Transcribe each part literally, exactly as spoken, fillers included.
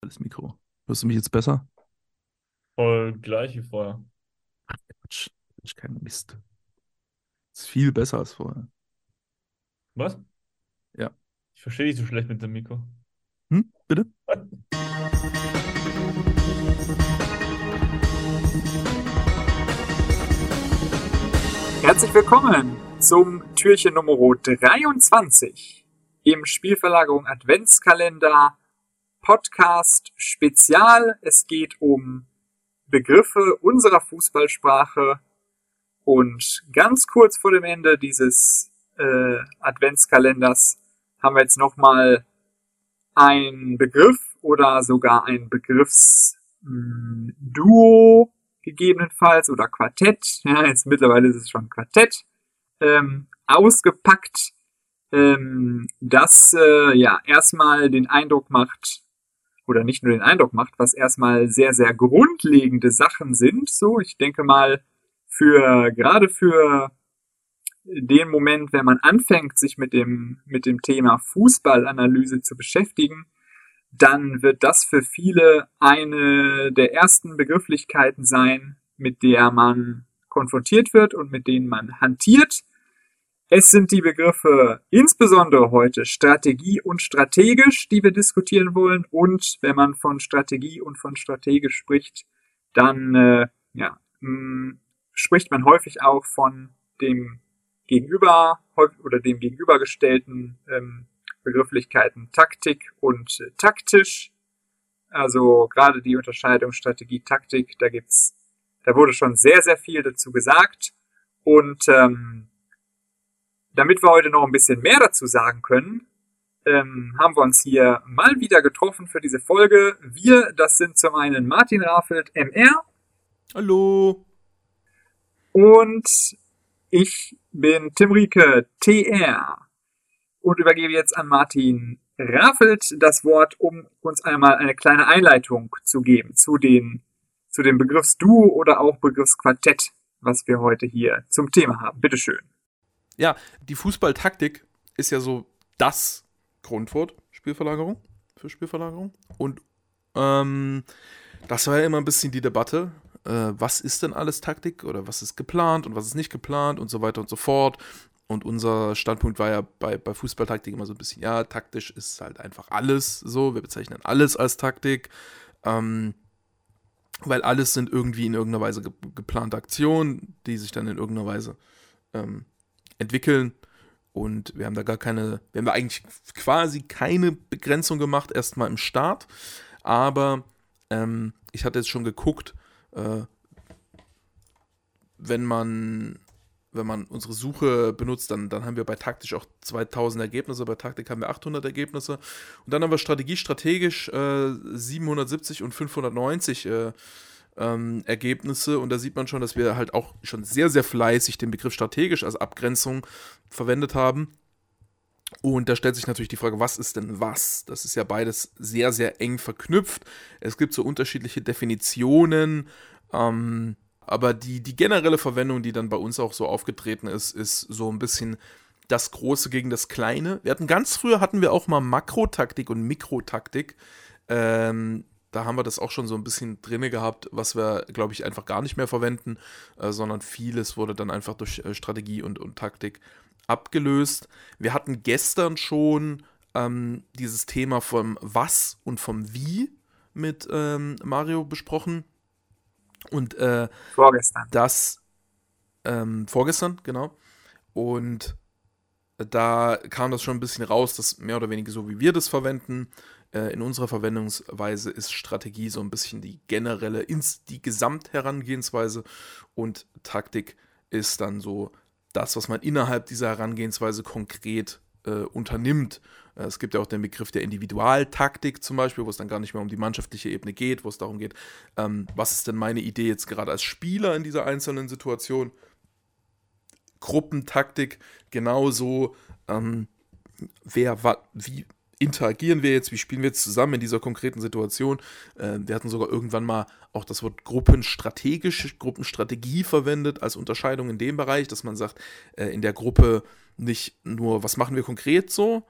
Das Mikro. Hörst du mich jetzt besser? Voll gleich wie vorher. Quatsch. Quatsch, kein Mist. Ist viel besser als vorher. Was? Ja. Ich verstehe dich so schlecht mit dem Mikro. Hm? Bitte? Herzlich willkommen zum Türchen Nummer dreiundzwanzig im Spielverlagerung Adventskalender Podcast Spezial. Es geht um Begriffe unserer Fußballsprache und ganz kurz vor dem Ende dieses äh, Adventskalenders haben wir jetzt nochmal einen Begriff oder sogar ein Begriffsduo gegebenenfalls oder Quartett, ja, jetzt mittlerweile ist es schon Quartett, ähm, ausgepackt, ähm, das äh, ja erstmal den Eindruck macht, oder nicht nur den Eindruck macht, was erstmal sehr, sehr grundlegende Sachen sind. So, ich denke mal, für gerade für den Moment, wenn man anfängt, sich mit dem, mit dem Thema Fußballanalyse zu beschäftigen, dann wird das für viele eine der ersten Begrifflichkeiten sein, mit der man konfrontiert wird und mit denen man hantiert. Es sind die Begriffe insbesondere heute Strategie und strategisch, die wir diskutieren wollen. Und wenn man von Strategie und von strategisch spricht, dann äh, ja, mh, spricht man häufig auch von dem Gegenüber oder dem gegenübergestellten ähm, Begrifflichkeiten Taktik und äh, taktisch. Also gerade die Unterscheidung Strategie, Taktik, da gibt's, da wurde schon sehr, sehr viel dazu gesagt. Und ähm, damit wir heute noch ein bisschen mehr dazu sagen können, ähm, haben wir uns hier mal wieder getroffen für diese Folge. Wir, das sind zum einen Martin Rafelt, M R, Hallo. und ich bin Tim Rieke, T R. Und übergebe jetzt an Martin Rafelt das Wort, um uns einmal eine kleine Einleitung zu geben zu den, zu dem Begriffsduo oder auch Begriffsquartett, was wir heute hier zum Thema haben. Bitteschön. Ja, die Fußballtaktik ist ja so das Grundwort Spielverlagerung für Spielverlagerung. Und ähm, das war ja immer ein bisschen die Debatte. Äh, was ist denn alles Taktik oder was ist geplant und was ist nicht geplant und so weiter und so fort. Und unser Standpunkt war ja bei, bei Fußballtaktik immer so ein bisschen, ja, taktisch ist halt einfach alles so. Wir bezeichnen alles als Taktik. Ähm, weil alles sind irgendwie in irgendeiner Weise ge geplante Aktionen, die sich dann in irgendeiner Weise ähm, entwickeln. Und wir haben da gar keine, wir haben da eigentlich quasi keine Begrenzung gemacht, erstmal im Start. Aber ähm, ich hatte jetzt schon geguckt, äh, wenn man, wenn man unsere Suche benutzt, dann, dann haben wir bei taktisch auch zweitausend Ergebnisse, bei Taktik haben wir achthundert Ergebnisse. Und dann haben wir Strategie strategisch äh, siebenhundertsiebzig und fünfhundertneunzig äh, ähm, Ergebnisse. Und da sieht man schon, dass wir halt auch schon sehr, sehr fleißig den Begriff strategisch als Abgrenzung verwendet haben. Und da stellt sich natürlich die Frage, was ist denn was? Das ist ja beides sehr, sehr eng verknüpft. Es gibt so unterschiedliche Definitionen, ähm, aber die, die generelle Verwendung, die dann bei uns auch so aufgetreten ist, ist so ein bisschen das Große gegen das Kleine. Wir hatten ganz früher hatten wir auch mal Makrotaktik und Mikrotaktik. Ähm, da haben wir das auch schon so ein bisschen drinne gehabt, was wir, glaube ich, einfach gar nicht mehr verwenden, äh, sondern vieles wurde dann einfach durch äh, Strategie und, und Taktik abgelöst. Wir hatten gestern schon ähm, dieses Thema vom Was und vom Wie mit ähm, Mario besprochen. Und äh, Vorgestern. das ähm, vorgestern, genau. Und da kam das schon ein bisschen raus, dass mehr oder weniger so wie wir das verwenden. Äh, in unserer Verwendungsweise ist Strategie so ein bisschen die generelle, ins, die Gesamtherangehensweise und Taktik ist dann so das, was man innerhalb dieser Herangehensweise konkret äh, unternimmt. Äh, es gibt ja auch den Begriff der Individualtaktik zum Beispiel, wo es dann gar nicht mehr um die mannschaftliche Ebene geht, wo es darum geht, ähm, was ist denn meine Idee jetzt gerade als Spieler in dieser einzelnen Situation. Gruppentaktik genauso, ähm, wer, wa, wie interagieren wir jetzt, wie spielen wir jetzt zusammen in dieser konkreten Situation. Äh, wir hatten sogar irgendwann mal auch das Wort gruppenstrategisch, Gruppenstrategie verwendet als Unterscheidung in dem Bereich, dass man sagt, äh, in der Gruppe nicht nur, was machen wir konkret so,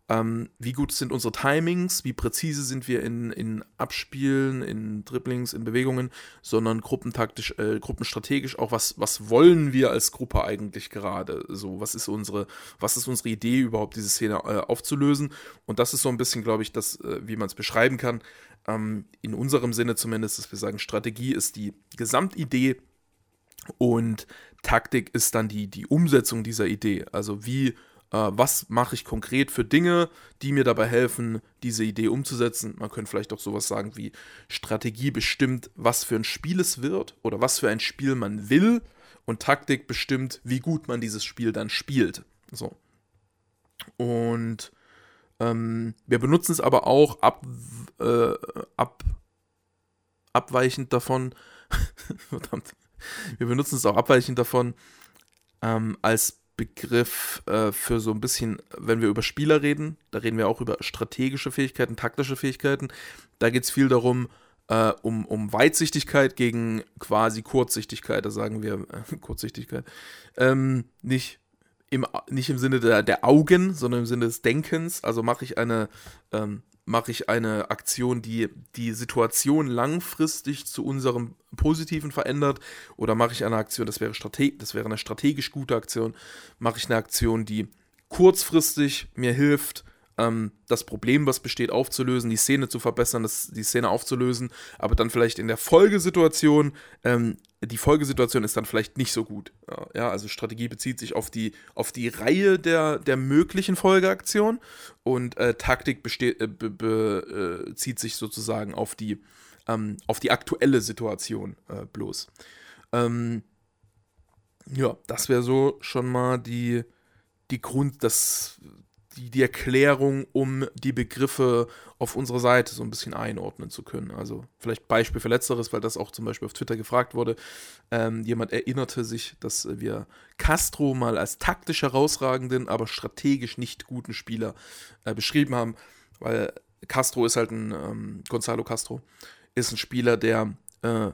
Ähm, wie gut sind unsere Timings, wie präzise sind wir in, in Abspielen, in Dribblings, in Bewegungen, sondern gruppentaktisch, äh, gruppenstrategisch auch, was, was wollen wir als Gruppe eigentlich gerade? So, was ist unsere, was ist unsere Idee überhaupt, diese Szene äh, aufzulösen? Und das ist so ein bisschen, glaube ich, das, äh, wie man es beschreiben kann, ähm, in unserem Sinne zumindest, dass wir sagen, Strategie ist die Gesamtidee und Taktik ist dann die, die Umsetzung dieser Idee. Also wie Uh, was mache ich konkret für Dinge, die mir dabei helfen, diese Idee umzusetzen. Man könnte vielleicht auch sowas sagen wie Strategie bestimmt, was für ein Spiel es wird oder was für ein Spiel man will und Taktik bestimmt, wie gut man dieses Spiel dann spielt. So. Und ähm, wir benutzen es aber auch ab, äh, ab, abweichend davon, verdammt, wir benutzen es auch abweichend davon ähm, als Begriff äh, für so ein bisschen, wenn wir über Spieler reden, da reden wir auch über strategische Fähigkeiten, taktische Fähigkeiten. Da geht es viel darum, äh, um, um Weitsichtigkeit gegen quasi Kurzsichtigkeit, da sagen wir äh, Kurzsichtigkeit. Ähm, nicht, im, nicht im Sinne der, der Augen, sondern im Sinne des Denkens. Also mache ich eine ähm, mache ich eine Aktion, die die Situation langfristig zu unserem Positiven verändert, oder mache ich eine Aktion, das wäre, strate- das wäre eine strategisch gute Aktion, mache ich eine Aktion, die kurzfristig mir hilft, ähm, das Problem, was besteht, aufzulösen, die Szene zu verbessern, das, die Szene aufzulösen, aber dann vielleicht in der Folgesituation, ähm, die Folgesituation ist dann vielleicht nicht so gut. Ja, also Strategie bezieht sich auf die, auf die Reihe der, der möglichen Folgeaktionen und äh, Taktik besteht, äh, be, be, äh, zieht sich sozusagen auf die, ähm, auf die aktuelle Situation äh, bloß. Ähm, ja, das wäre so schon mal die, die Grund, das, die, die Erklärung, um die Begriffe auf unserer Seite so ein bisschen einordnen zu können. Also vielleicht Beispiel für Letzteres, weil das auch zum Beispiel auf Twitter gefragt wurde. Ähm, jemand erinnerte sich, dass wir Castro mal als taktisch herausragenden, aber strategisch nicht guten Spieler äh, beschrieben haben, weil Castro ist halt ein, ähm, Gonzalo Castro, ist ein Spieler, der äh,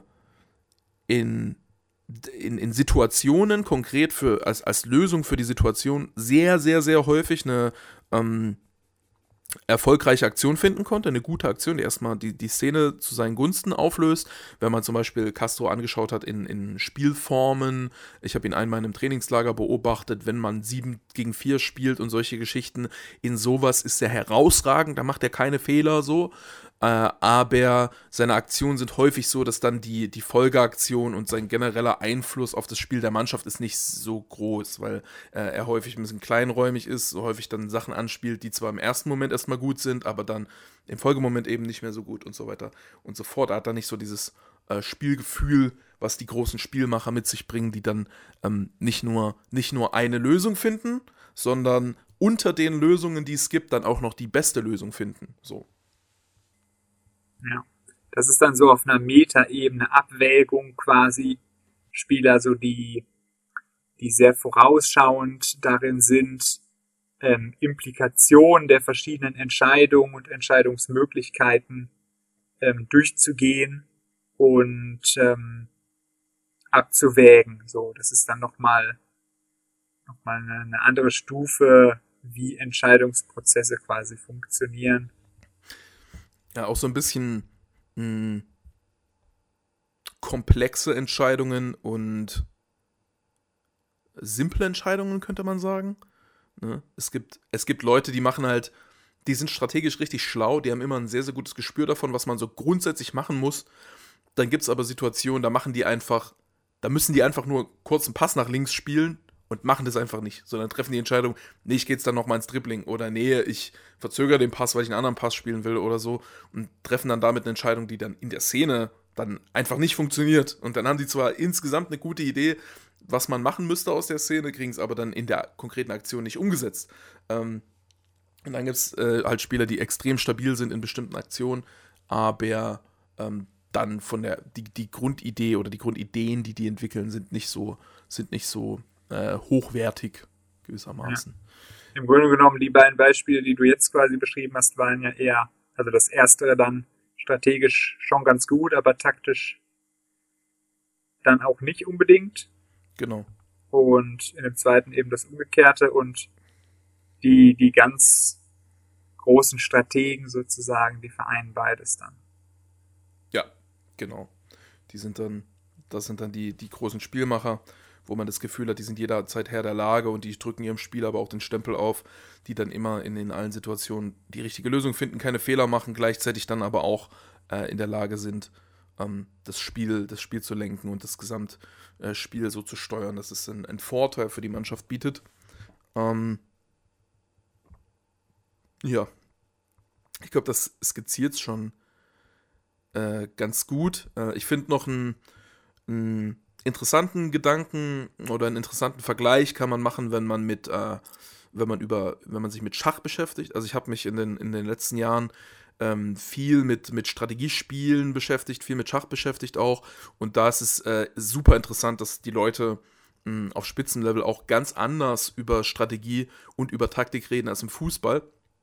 in In, in Situationen konkret für, als, als Lösung für die Situation sehr, sehr, sehr häufig eine ähm, erfolgreiche Aktion finden konnte, eine gute Aktion, die erstmal die, die Szene zu seinen Gunsten auflöst. Wenn man zum Beispiel Castro angeschaut hat in, in Spielformen, ich habe ihn einmal in einem Trainingslager beobachtet, wenn man sieben gegen vier spielt und solche Geschichten, in sowas ist er herausragend, da macht er keine Fehler so, äh, aber seine Aktionen sind häufig so, dass dann die, die Folgeaktion und sein genereller Einfluss auf das Spiel der Mannschaft ist nicht so groß, weil äh, er häufig ein bisschen kleinräumig ist, so häufig dann Sachen anspielt, die zwar im ersten Moment erstmal gut sind, aber dann im Folgemoment eben nicht mehr so gut und so weiter und so fort. Er hat dann nicht so dieses äh, Spielgefühl, was die großen Spielmacher mit sich bringen, die dann ähm, nicht nur, nicht nur eine Lösung finden, sondern unter den Lösungen, die es gibt, dann auch noch die beste Lösung finden. So. Ja, das ist dann so auf einer Metaebene Abwägung quasi. Spieler, so die, die sehr vorausschauend darin sind, ähm, Implikationen der verschiedenen Entscheidungen und Entscheidungsmöglichkeiten ähm, durchzugehen und ähm, abzuwägen. So, das ist dann nochmal noch mal eine, eine andere Stufe, wie Entscheidungsprozesse quasi funktionieren. Ja, auch so ein bisschen mh, komplexe Entscheidungen und simple Entscheidungen, könnte man sagen. Ne? Es gibt, es gibt Leute, die machen halt, die sind strategisch richtig schlau, die haben immer ein sehr, sehr gutes Gespür davon, was man so grundsätzlich machen muss. Dann gibt es aber Situationen, da machen die einfach, da müssen die einfach nur kurz einen Pass nach links spielen und machen das einfach nicht, sondern treffen die Entscheidung, nee, ich gehe jetzt dann nochmal ins Dribbling oder nee, ich verzögere den Pass, weil ich einen anderen Pass spielen will oder so und treffen dann damit eine Entscheidung, die dann in der Szene dann einfach nicht funktioniert. Und dann haben die zwar insgesamt eine gute Idee, was man machen müsste aus der Szene, kriegen es aber dann in der konkreten Aktion nicht umgesetzt. Ähm, und dann gibt es äh, halt Spieler, die extrem stabil sind in bestimmten Aktionen, aber ähm, dann von der, die, die Grundidee oder die Grundideen, die die entwickeln, sind nicht so, sind nicht so äh, hochwertig gewissermaßen. Ja. Im Grunde genommen, die beiden Beispiele, die du jetzt quasi beschrieben hast, waren ja eher, also das erste dann strategisch schon ganz gut, aber taktisch dann auch nicht unbedingt. Genau. Und in dem zweiten eben das Umgekehrte und die, die ganz großen Strategen sozusagen, die vereinen beides dann. Ja, genau. Die sind dann, das sind dann die, die großen Spielmacher, wo man das Gefühl hat, die sind jederzeit Herr der Lage und die drücken ihrem Spiel aber auch den Stempel auf, die dann immer in, in allen Situationen die richtige Lösung finden, keine Fehler machen, gleichzeitig dann aber auch äh, in der Lage sind, ähm, das Spiel, das Spiel zu lenken und das Gesamtspiel so zu steuern, dass es ein, ein Vorteil für die Mannschaft bietet. Ähm, ja, ich glaube, das skizziert schon äh, ganz gut. Äh, ich finde noch einen, einen interessanten Gedanken oder einen interessanten Vergleich kann man machen, wenn man mit, äh, wenn man über, wenn man sich mit Schach beschäftigt. Also ich habe mich in den, in den letzten Jahren ähm, viel mit, mit Strategiespielen beschäftigt, viel mit Schach beschäftigt auch. Und da ist es äh, super interessant, dass die Leute mh, auf Spitzenlevel auch ganz anders über Strategie und über Taktik reden als im Fußball.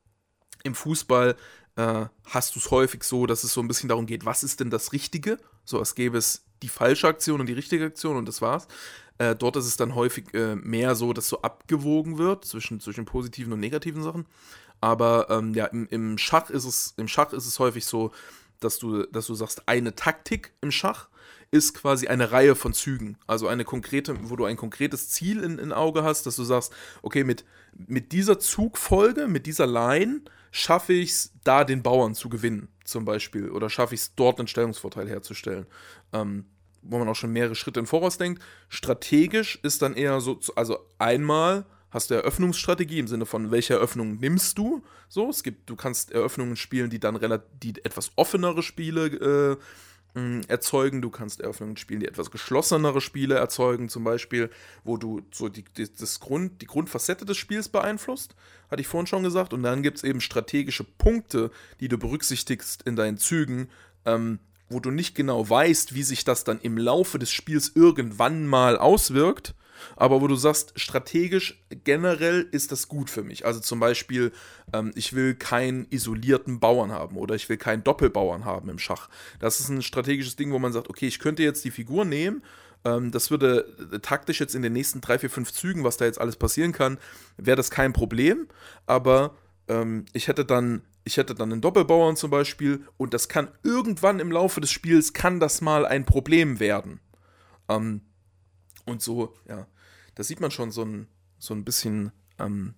Im Fußball äh, hast du es häufig so, dass es so ein bisschen darum geht, was ist denn das Richtige? So, als gäbe es die falsche Aktion und die richtige Aktion und das war's. Äh, dort ist es dann häufig äh, mehr so, dass so abgewogen wird zwischen, zwischen positiven und negativen Sachen. Aber ähm, ja, im, im Schach ist es, im Schach ist es häufig so, dass du, dass du sagst, eine Taktik im Schach ist quasi eine Reihe von Zügen. Also eine konkrete, wo du ein konkretes Ziel in, in Auge hast, dass du sagst, okay, mit, mit dieser Zugfolge, mit dieser Line schaffe ich es, da den Bauern zu gewinnen, zum Beispiel. Oder schaffe ich es, dort einen Stellungsvorteil herzustellen. Ähm, wo man auch schon mehrere Schritte im Voraus denkt. Strategisch ist dann eher so, also einmal hast du Eröffnungsstrategie im Sinne von, welche Eröffnung nimmst du? So, es gibt, du kannst Eröffnungen spielen, die dann relativ, die etwas offenere Spiele äh, mh, erzeugen. Du kannst Eröffnungen spielen, die etwas geschlossenere Spiele erzeugen, zum Beispiel, wo du so die, die, das Grund, die Grundfacette des Spiels beeinflusst, hatte ich vorhin schon gesagt. Und dann gibt es eben strategische Punkte, die du berücksichtigst in deinen Zügen, ähm, wo du nicht genau weißt, wie sich das dann im Laufe des Spiels irgendwann mal auswirkt, aber wo du sagst, strategisch generell ist das gut für mich. Also zum Beispiel, ähm, ich will keinen isolierten Bauern haben oder ich will keinen Doppelbauern haben im Schach. Das ist ein strategisches Ding, wo man sagt, okay, ich könnte jetzt die Figur nehmen, ähm, das würde äh, taktisch jetzt in den nächsten drei, vier, fünf Zügen, was da jetzt alles passieren kann, wäre das kein Problem, aber ähm, ich hätte dann Ich hätte dann einen Doppelbauern zum Beispiel und das kann irgendwann im Laufe des Spiels, kann das mal ein Problem werden. Ähm, und so, ja, da sieht man schon so ein, so ein bisschen, ähm,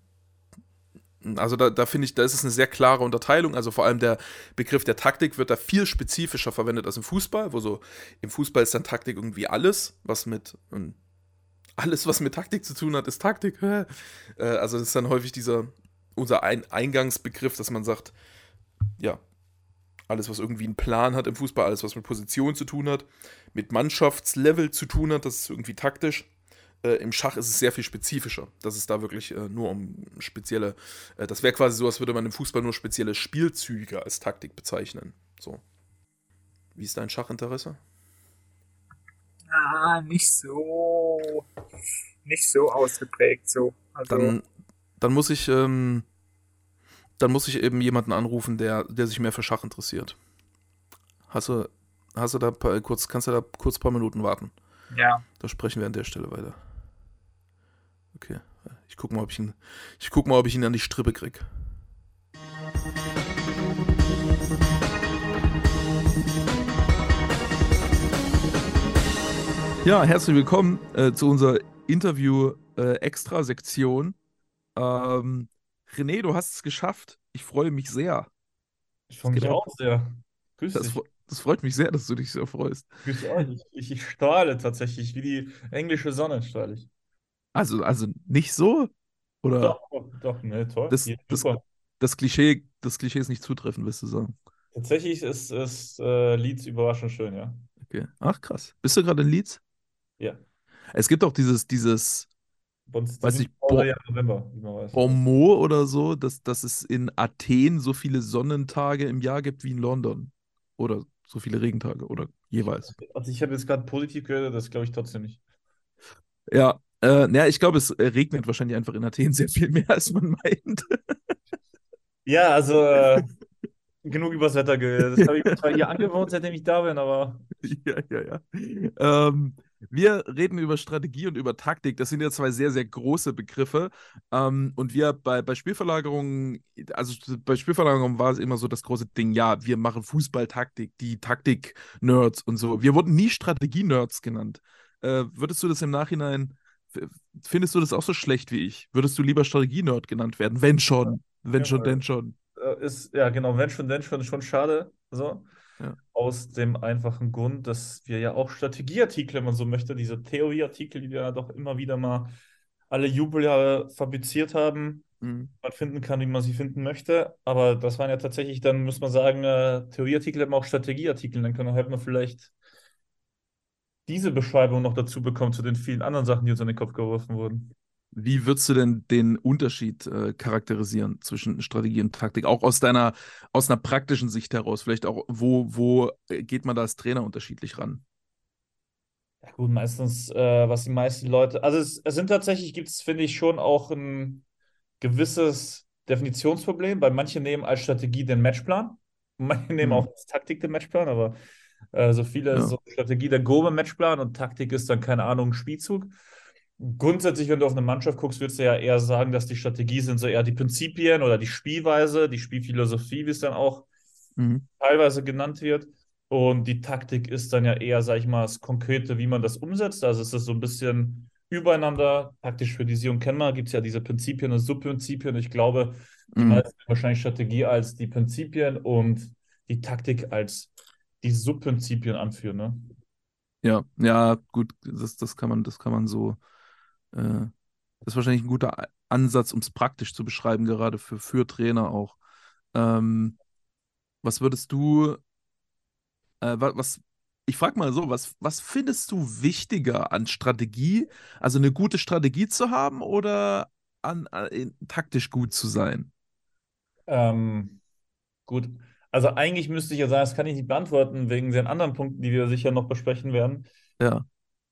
also da, da finde ich, da ist es eine sehr klare Unterteilung, also vor allem der Begriff der Taktik wird da viel spezifischer verwendet als im Fußball, wo so, im Fußball ist dann Taktik irgendwie alles, was mit, ähm, alles was mit Taktik zu tun hat, ist Taktik. äh, also das ist dann häufig dieser, unser Ein Eingangsbegriff, dass man sagt, ja, alles, was irgendwie einen Plan hat im Fußball, alles, was mit Position zu tun hat, mit Mannschaftslevel zu tun hat, das ist irgendwie taktisch. Äh, Im Schach ist es sehr viel spezifischer. Das ist da wirklich äh, nur um spezielle, äh, das wäre quasi so, als würde man im Fußball nur spezielle Spielzüge als Taktik bezeichnen. So. Wie ist dein Schachinteresse? Ah, nicht so, nicht so ausgeprägt so. Also, Dann, dann muss ich, ähm, dann muss ich eben jemanden anrufen, der, der sich mehr für Schach interessiert. Hast du, hast du da pa- kurz, kannst du da kurz ein paar Minuten warten? ja. Da sprechen wir an der Stelle weiter. Okay. Ich guck mal, ob ich ihn, ich guck mal, ob ich ihn an die Strippe krieg. Ja, herzlich willkommen äh, zu unserer Interview-Extra-Sektion. Ähm, René, du hast es geschafft. Ich freue mich sehr. Ich freue Es geht mich ab. auch sehr. Grüß Das, dich. fre- das freut mich sehr, dass du dich sehr freust. Grüß euch. Ich, ich, ich strahle tatsächlich, wie die englische Sonne strahle ich. Also, also nicht so? Oder Doch, doch, doch, ne, toll. das, Ja, das, super. das Klischee, das Klischee ist nicht zutreffend, willst du sagen? Tatsächlich ist, ist äh, Leeds überraschend schön, ja. Okay. Ach, krass. Bist du gerade in Leeds? Ja. Es gibt auch dieses, dieses, Bei uns ist die weiß nicht, Winterpause Bo ja im November, wie man weiß. Aber Bonmot oder so, dass, dass es in Athen so viele Sonnentage im Jahr gibt wie in London. Oder so viele Regentage oder ich, jeweils. also ich habe jetzt gerade positiv gehört, das glaube ich trotzdem nicht. Ja, äh, naja, ich glaube, es äh, regnet wahrscheinlich einfach in Athen sehr viel mehr, als man meint. Ja, also äh, genug übers Wetter geredet. Das habe ich mir zwar hier angewohnt, seitdem ich da bin, aber Ja, ja, ja. Ähm, Wir reden über Strategie und über Taktik. Das sind ja zwei sehr, sehr große Begriffe. Ähm, und wir bei, bei Spielverlagerungen, also bei Spielverlagerungen war es immer so das große Ding, ja, wir machen Fußballtaktik, die Taktik-Nerds und so. Wir wurden nie Strategie-Nerds genannt. Äh, würdest du das im Nachhinein, f- findest du das auch so schlecht wie ich? Würdest du lieber Strategie-Nerd genannt werden? Wenn schon, wenn Ja, schon, weil, denn schon. äh, ist, ja, genau, wenn schon, denn schon, schon schade. So. Ja. Aus dem einfachen Grund, dass wir ja auch Strategieartikel, wenn man so möchte, diese Theorieartikel, die wir ja doch immer wieder mal alle Jubeljahre fabriziert haben, Mhm. man finden kann, wie man sie finden möchte. Aber das waren ja tatsächlich, dann muss man sagen, äh, Theorieartikel, aber auch Strategieartikel. Dann kann, hätte man vielleicht diese Beschreibung noch dazu bekommen zu den vielen anderen Sachen, die uns an den Kopf geworfen wurden. Wie würdest du denn den Unterschied äh, charakterisieren zwischen Strategie und Taktik? Auch aus deiner, aus einer praktischen Sicht heraus. Vielleicht auch, wo, wo äh, geht man da als Trainer unterschiedlich ran? Ja, gut, meistens, äh, was die meisten Leute, also es, es sind tatsächlich, gibt es, finde ich, schon auch ein gewisses Definitionsproblem, weil manche nehmen als Strategie den Matchplan, manche nehmen Hm, auch als Taktik den Matchplan, aber äh, so viele, ja. so Strategie der Grobe-Matchplan und Taktik ist dann, keine Ahnung, ein Spielzug. Grundsätzlich, wenn du auf eine Mannschaft guckst, würdest du ja eher sagen, dass die Strategie sind so eher die Prinzipien oder die Spielweise, die Spielphilosophie, wie es dann auch Mhm. teilweise genannt wird. Und die Taktik ist dann ja eher, sag ich mal, das Konkrete, wie man das umsetzt. Also es ist so ein bisschen übereinander. Taktisch für die Sion kennen wir, gibt es ja diese Prinzipien und Subprinzipien. Ich glaube, die Mhm. meisten wahrscheinlich Strategie als die Prinzipien und die Taktik als die Subprinzipien anführen, ne? Ja, ja, gut, das, das kann man, das kann man so, äh, das ist wahrscheinlich ein guter A- Ansatz, um es praktisch zu beschreiben, gerade für, für Trainer auch. Ähm, was würdest du, äh, wa- was, ich frage mal so, was, was findest du wichtiger an Strategie, also eine gute Strategie zu haben oder an, an in- taktisch gut zu sein? Ähm, gut. Also eigentlich müsste ich ja sagen, das kann ich nicht beantworten, wegen den anderen Punkten, die wir sicher noch besprechen werden. Ja,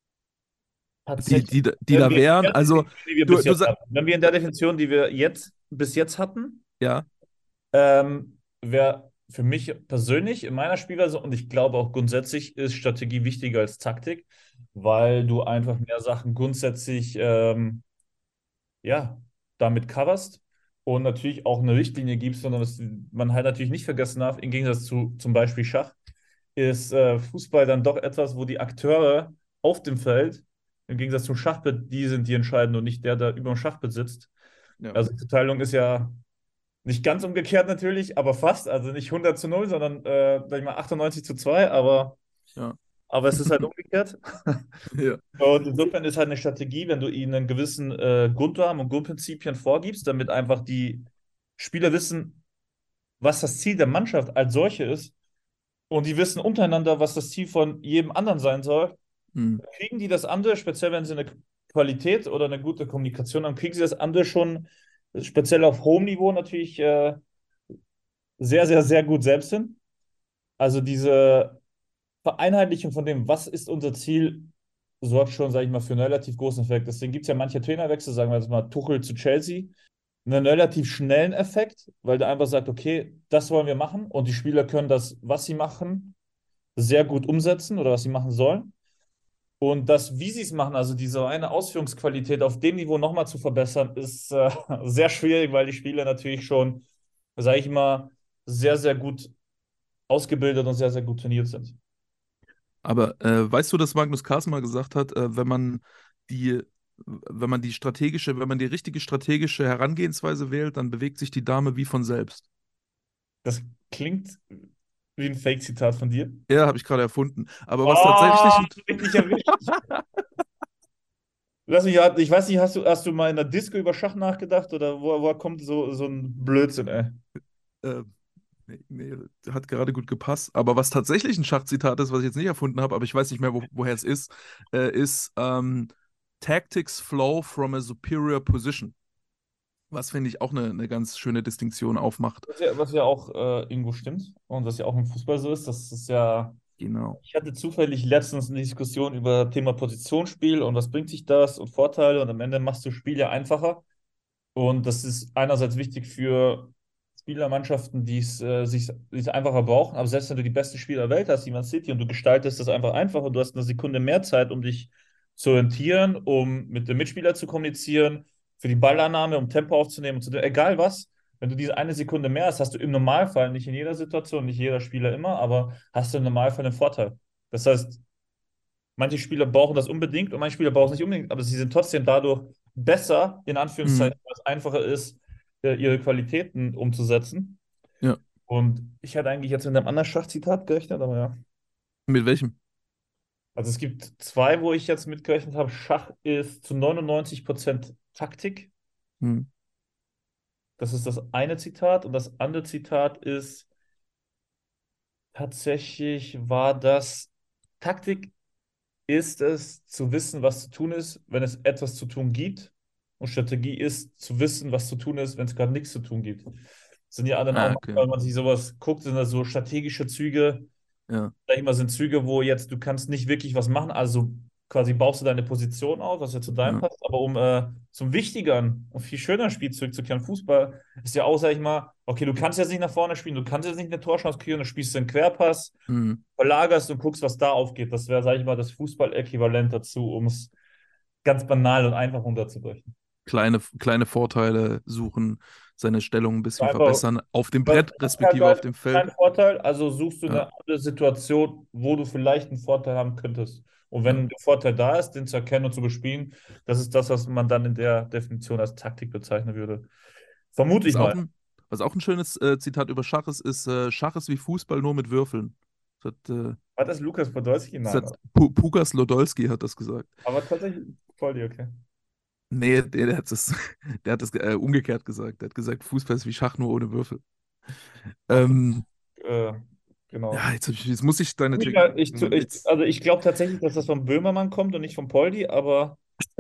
die, Tatsächlich, die, da- die wenn da wir in wären, der also Definition, die wir du, bis du jetzt sagst, hatten, wenn wir in der Definition, die wir jetzt bis jetzt hatten, ja, ähm, wäre für mich persönlich in meiner Spielweise und ich glaube auch grundsätzlich ist Strategie wichtiger als Taktik, weil du einfach mehr Sachen grundsätzlich ähm, ja, damit coverst und natürlich auch eine Richtlinie gibst, sondern was man halt natürlich nicht vergessen darf, im Gegensatz zu zum Beispiel Schach, ist äh, Fußball dann doch etwas, wo die Akteure auf dem Feld, im Gegensatz zum Schachbrett, die sind, die entscheiden und nicht der, der über dem Schachbrett sitzt. ja, Also die Zuteilung ist ja nicht ganz umgekehrt natürlich, aber fast. Also nicht hundert zu null, sondern äh, sag ich mal achtundneunzig zu zwei, aber, ja, aber es ist halt umgekehrt. ja, Und insofern ist halt eine Strategie, wenn du ihnen einen gewissen äh, Grundrahmen und Grundprinzipien vorgibst, damit einfach die Spieler wissen, was das Ziel der Mannschaft als solche ist und die wissen untereinander, was das Ziel von jedem anderen sein soll, hm, kriegen die das andere, speziell wenn sie eine Qualität oder eine gute Kommunikation haben, kriegen sie das andere schon speziell auf hohem Niveau natürlich äh, sehr, sehr, sehr gut selbst hin. Also diese Vereinheitlichung von dem, was ist unser Ziel, sorgt schon, sage ich mal, für einen relativ großen Effekt. Deswegen gibt es ja manche Trainerwechsel, sagen wir jetzt mal Tuchel zu Chelsea, einen relativ schnellen Effekt, weil der einfach sagt, okay, das wollen wir machen und die Spieler können das, was sie machen, sehr gut umsetzen oder was sie machen sollen. Und das, wie sie es machen, also diese eine Ausführungsqualität auf dem Niveau nochmal zu verbessern, ist äh, sehr schwierig, weil die Spieler natürlich schon, sage ich mal, sehr, sehr gut ausgebildet und sehr, sehr gut trainiert sind. aber äh, weißt du, dass Magnus Carlsen mal gesagt hat, äh, wenn man die, wenn man die strategische, wenn man die richtige strategische Herangehensweise wählt, dann bewegt sich die Dame wie von selbst. Das klingt wie ein Fake-Zitat von dir. Ja, habe ich gerade erfunden. Aber was tatsächlich, Oh, ein- richtig erwischt. Lass mich raten, ich weiß nicht, hast du, hast du mal in der Disco über Schach nachgedacht oder wo, woher kommt so, so ein Blödsinn, ey? äh, nee, nee, hat gerade gut gepasst. Aber was tatsächlich ein Schachzitat ist, was ich jetzt nicht erfunden habe, aber ich weiß nicht mehr, wo, woher es ist, äh, ist ähm, Tactics flow from a superior position. Was finde ich auch eine, eine ganz schöne Distinktion aufmacht. Was ja, was ja auch äh, irgendwo stimmt und was ja auch im Fußball so ist, das ist ja. Genau. Ich hatte zufällig letztens eine Diskussion über Thema Positionsspiel und was bringt sich das und Vorteile und am Ende machst du Spiel ja einfacher. Und das ist einerseits wichtig für Spielermannschaften, die es äh, sich, die es einfacher brauchen, aber selbst wenn du die besten Spieler der Welt hast, wie Man City, und du gestaltest das einfach einfach und du hast eine Sekunde mehr Zeit, um dich zu orientieren, um mit dem Mitspieler zu kommunizieren, für die Ballannahme, um Tempo aufzunehmen, und zu, egal was. Wenn du diese eine Sekunde mehr hast, hast du im Normalfall, nicht in jeder Situation, nicht jeder Spieler immer, aber hast du im Normalfall einen Vorteil. Das heißt, manche Spieler brauchen das unbedingt und manche Spieler brauchen es nicht unbedingt, aber sie sind trotzdem dadurch besser, in Mhm. Anführungszeichen, weil es einfacher ist, äh, ihre Qualitäten umzusetzen. Ja. Und ich hätte eigentlich jetzt mit einem anderen Schachzitat gerechnet, aber ja. Mit welchem? Also es gibt zwei, wo ich jetzt mitgerechnet habe. Schach ist zu neunundneunzig Prozent Taktik. Mhm. Das ist das eine Zitat. Und das andere Zitat ist tatsächlich, war das, Taktik ist es, zu wissen, was zu tun ist, wenn es etwas zu tun gibt. Und Strategie ist, zu wissen, was zu tun ist, wenn es gerade nichts zu tun gibt. Das sind ja dann auch, Ah, manchmal, okay. wenn man sich sowas guckt, sind das so strategische Züge. Ja. Sag ich mal, sind Züge, wo jetzt du kannst nicht wirklich was machen, also quasi baust du deine Position auf, was ja zu deinem Ja. passt, aber um äh, zum wichtigeren und viel schöneren Spiel zurückzukehren, Fußball, ist ja auch, sag ich mal, okay, du kannst jetzt nicht nach vorne spielen, du kannst jetzt nicht eine Torchance kreieren, du spielst einen Querpass, Mhm. verlagerst und guckst, was da aufgeht. Das wäre, sag ich mal, das Fußball-Äquivalent dazu, um es ganz banal und einfach runterzubrechen. Kleine, kleine Vorteile suchen, seine Stellung ein bisschen Einfach, verbessern, auf dem was Brett hast halt respektive auf halt dem Feld. keinen Vorteil, also suchst du Ja. eine andere Situation, wo du vielleicht einen Vorteil haben könntest. Und Ja. wenn der Vorteil da ist, den zu erkennen und zu bespielen, das ist das, was man dann in der Definition als Taktik bezeichnen würde. Vermute Was ich auch mal. ein, was auch ein schönes äh, Zitat über Schach ist, ist, äh, Schach ist wie Fußball nur mit Würfeln. Das hat, äh, War das Lukas Podolski? das Nein. hat Pu Pukas Lodolski hat das gesagt. Aber tatsächlich voll die, okay. Nee, der, der hat das, der hat das äh, umgekehrt gesagt. Der hat gesagt, Fußball ist wie Schach nur ohne Würfel. Okay, Ähm, äh, genau. ja, jetzt, hab ich, jetzt muss ich deine Ich, Technik. ich, tu- Moment, ich, jetzt. also ich glaube tatsächlich, dass das von Böhmermann kommt und nicht von Poldi, aber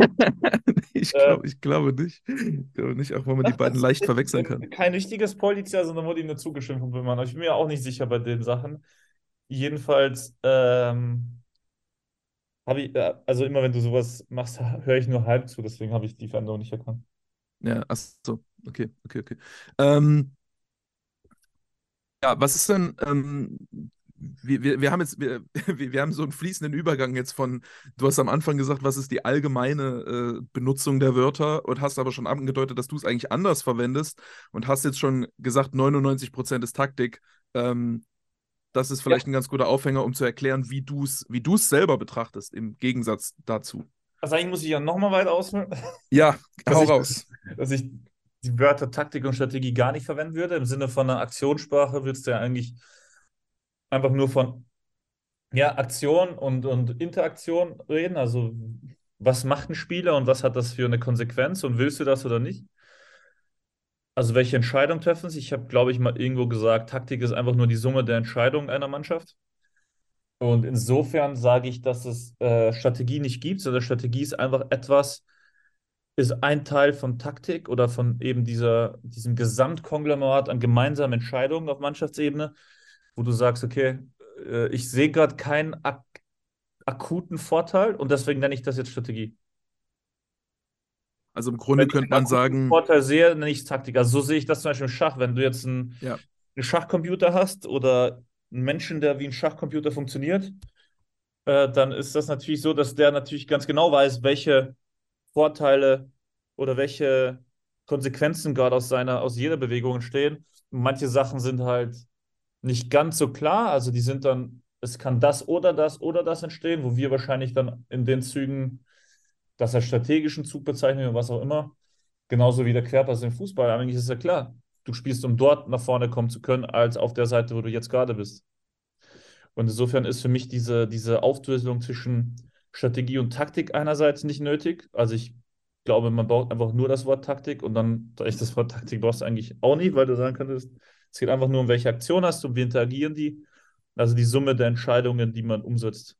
Ich äh, glaube, ich glaube nicht. Ich glaube nicht, auch wenn man die das beiden ist leicht tatsächlich verwechseln kann. kein richtiges Polizei, sondern wurde ihm nur zugestimmt von Böhmermann. Aber ich bin mir auch nicht sicher bei den Sachen. Jedenfalls ähm, habe ich, äh, also immer wenn du sowas machst, höre ich nur halb zu, deswegen habe ich die Veränderung nicht erkannt. Ja, ach so, okay, okay, okay. Ähm, ja, was ist denn, ähm, wir, wir, wir haben jetzt, wir, wir wir haben so einen fließenden Übergang jetzt von, du hast am Anfang gesagt, was ist die allgemeine äh, Benutzung der Wörter und hast aber schon angedeutet, dass du es eigentlich anders verwendest und hast jetzt schon gesagt, neunundneunzig Prozent ist Taktik. Ähm, das ist Ja. vielleicht ein ganz guter Aufhänger, um zu erklären, wie du es, wie du es selber betrachtest, im Gegensatz dazu. Also eigentlich muss ich ja nochmal weiter ausholen, Ja, dass hau ich, raus. dass ich die Wörter Taktik und Strategie gar nicht verwenden würde. Im Sinne von einer Aktionssprache willst du ja eigentlich einfach nur von ja, Aktion und, und Interaktion reden. Also was macht ein Spieler und was hat das für eine Konsequenz und willst du das oder nicht? Also welche Entscheidungen treffen sie? Ich habe, glaube ich, mal irgendwo gesagt, Taktik ist einfach nur die Summe der Entscheidungen einer Mannschaft. Und insofern sage ich, dass es äh, Strategie nicht gibt, sondern Strategie ist einfach etwas, ist ein Teil von Taktik oder von eben dieser, diesem Gesamtkonglomerat an gemeinsamen Entscheidungen auf Mannschaftsebene, wo du sagst, okay, äh, ich sehe gerade keinen ak akuten Vorteil und deswegen nenne ich das jetzt Strategie. Also im Wenn Grunde ich könnte einen man akuten sagen, Vorteil sehe, nenne ich es Taktik. Also so sehe ich das zum Beispiel im Schach. Wenn du jetzt einen, ja, einen Schachcomputer hast oder einen Menschen, der wie ein Schachcomputer funktioniert, äh, dann ist das natürlich so, dass der natürlich ganz genau weiß, welche Vorteile oder welche Konsequenzen gerade aus seiner, aus jeder Bewegung entstehen. Und manche Sachen sind halt nicht ganz so klar. Also die sind dann, es kann das oder das oder das entstehen, wo wir wahrscheinlich dann in den Zügen das als strategischen Zug bezeichnen oder was auch immer. Genauso wie der Querpass im Fußball. Eigentlich ist ja klar. Du spielst, um dort nach vorne kommen zu können, als auf der Seite, wo du jetzt gerade bist. Und insofern ist für mich diese, diese Aufdröselung zwischen Strategie und Taktik einerseits nicht nötig. Also ich glaube, man braucht einfach nur das Wort Taktik und dann, da ich das Wort Taktik brauchst du eigentlich auch nicht, weil du sagen könntest, es geht einfach nur um welche Aktion hast du und wie interagieren die. Also die Summe der Entscheidungen, die man umsetzt.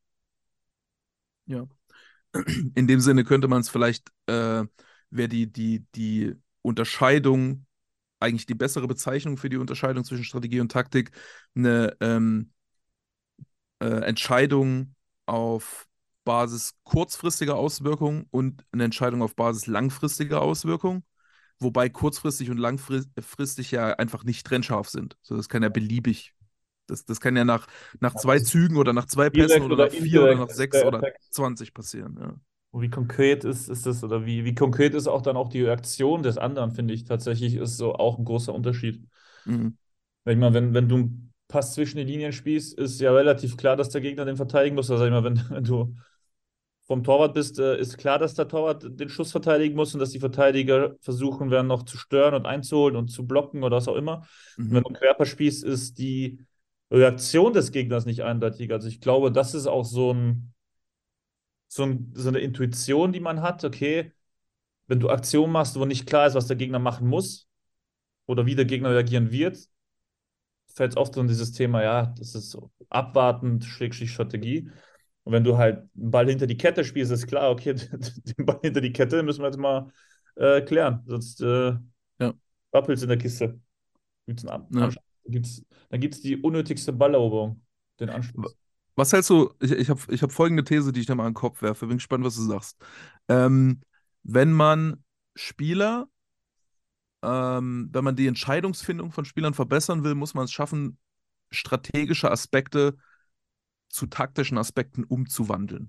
ja. In dem Sinne könnte man es vielleicht, äh, wäre die, die, die Unterscheidung eigentlich die bessere Bezeichnung für die Unterscheidung zwischen Strategie und Taktik, eine ähm, äh, Entscheidung auf Basis kurzfristiger Auswirkungen und eine Entscheidung auf Basis langfristiger Auswirkungen, wobei kurzfristig und langfristig ja einfach nicht trennscharf sind. So, das kann ja beliebig, das, das kann ja nach, nach Ja, zwei das ist Zügen oder nach zwei Pässen direkt oder nach oder vier oder nach indirekt sechs der oder Effekt. zwanzig passieren. Ja. Und wie konkret ist, ist das, oder wie, wie konkret ist auch dann auch die Reaktion des anderen, finde ich tatsächlich, ist so auch ein großer Unterschied. Mhm. Wenn ich mal, wenn, wenn du einen Pass zwischen den Linien spielst, ist ja relativ klar, dass der Gegner den verteidigen muss. Also sag ich mal, wenn, wenn du vom Torwart bist, äh, ist klar, dass der Torwart den Schuss verteidigen muss und dass die Verteidiger versuchen werden, noch zu stören und einzuholen und zu blocken oder was auch immer. Und wenn Mhm. du Querpass spielst, ist die Reaktion des Gegners nicht eindeutig. Also ich glaube, das ist auch so ein, so ein, so eine Intuition, die man hat. Okay, wenn du Aktionen machst, wo nicht klar ist, was der Gegner machen muss oder wie der Gegner reagieren wird, fällt es oft in dieses Thema, ja, das ist so abwartend, Schrägstrich Strategie. Und wenn du halt einen Ball hinter die Kette spielst, ist klar, okay, den Ball hinter die Kette müssen wir jetzt mal äh, klären. Sonst äh, Ja, rappelt's in der Kiste. Gibt's einen An ja. Anschluss, gibt's, dann gibt es die unnötigste Balleroberung, den Wa- Anschluss. Was hältst du, ich, ich habe ich hab folgende These, die ich dir mal an den Kopf werfe. Bin gespannt, was du sagst. Ähm, wenn man Spieler, ähm, wenn man die Entscheidungsfindung von Spielern verbessern will, muss man es schaffen, strategische Aspekte zu taktischen Aspekten umzuwandeln.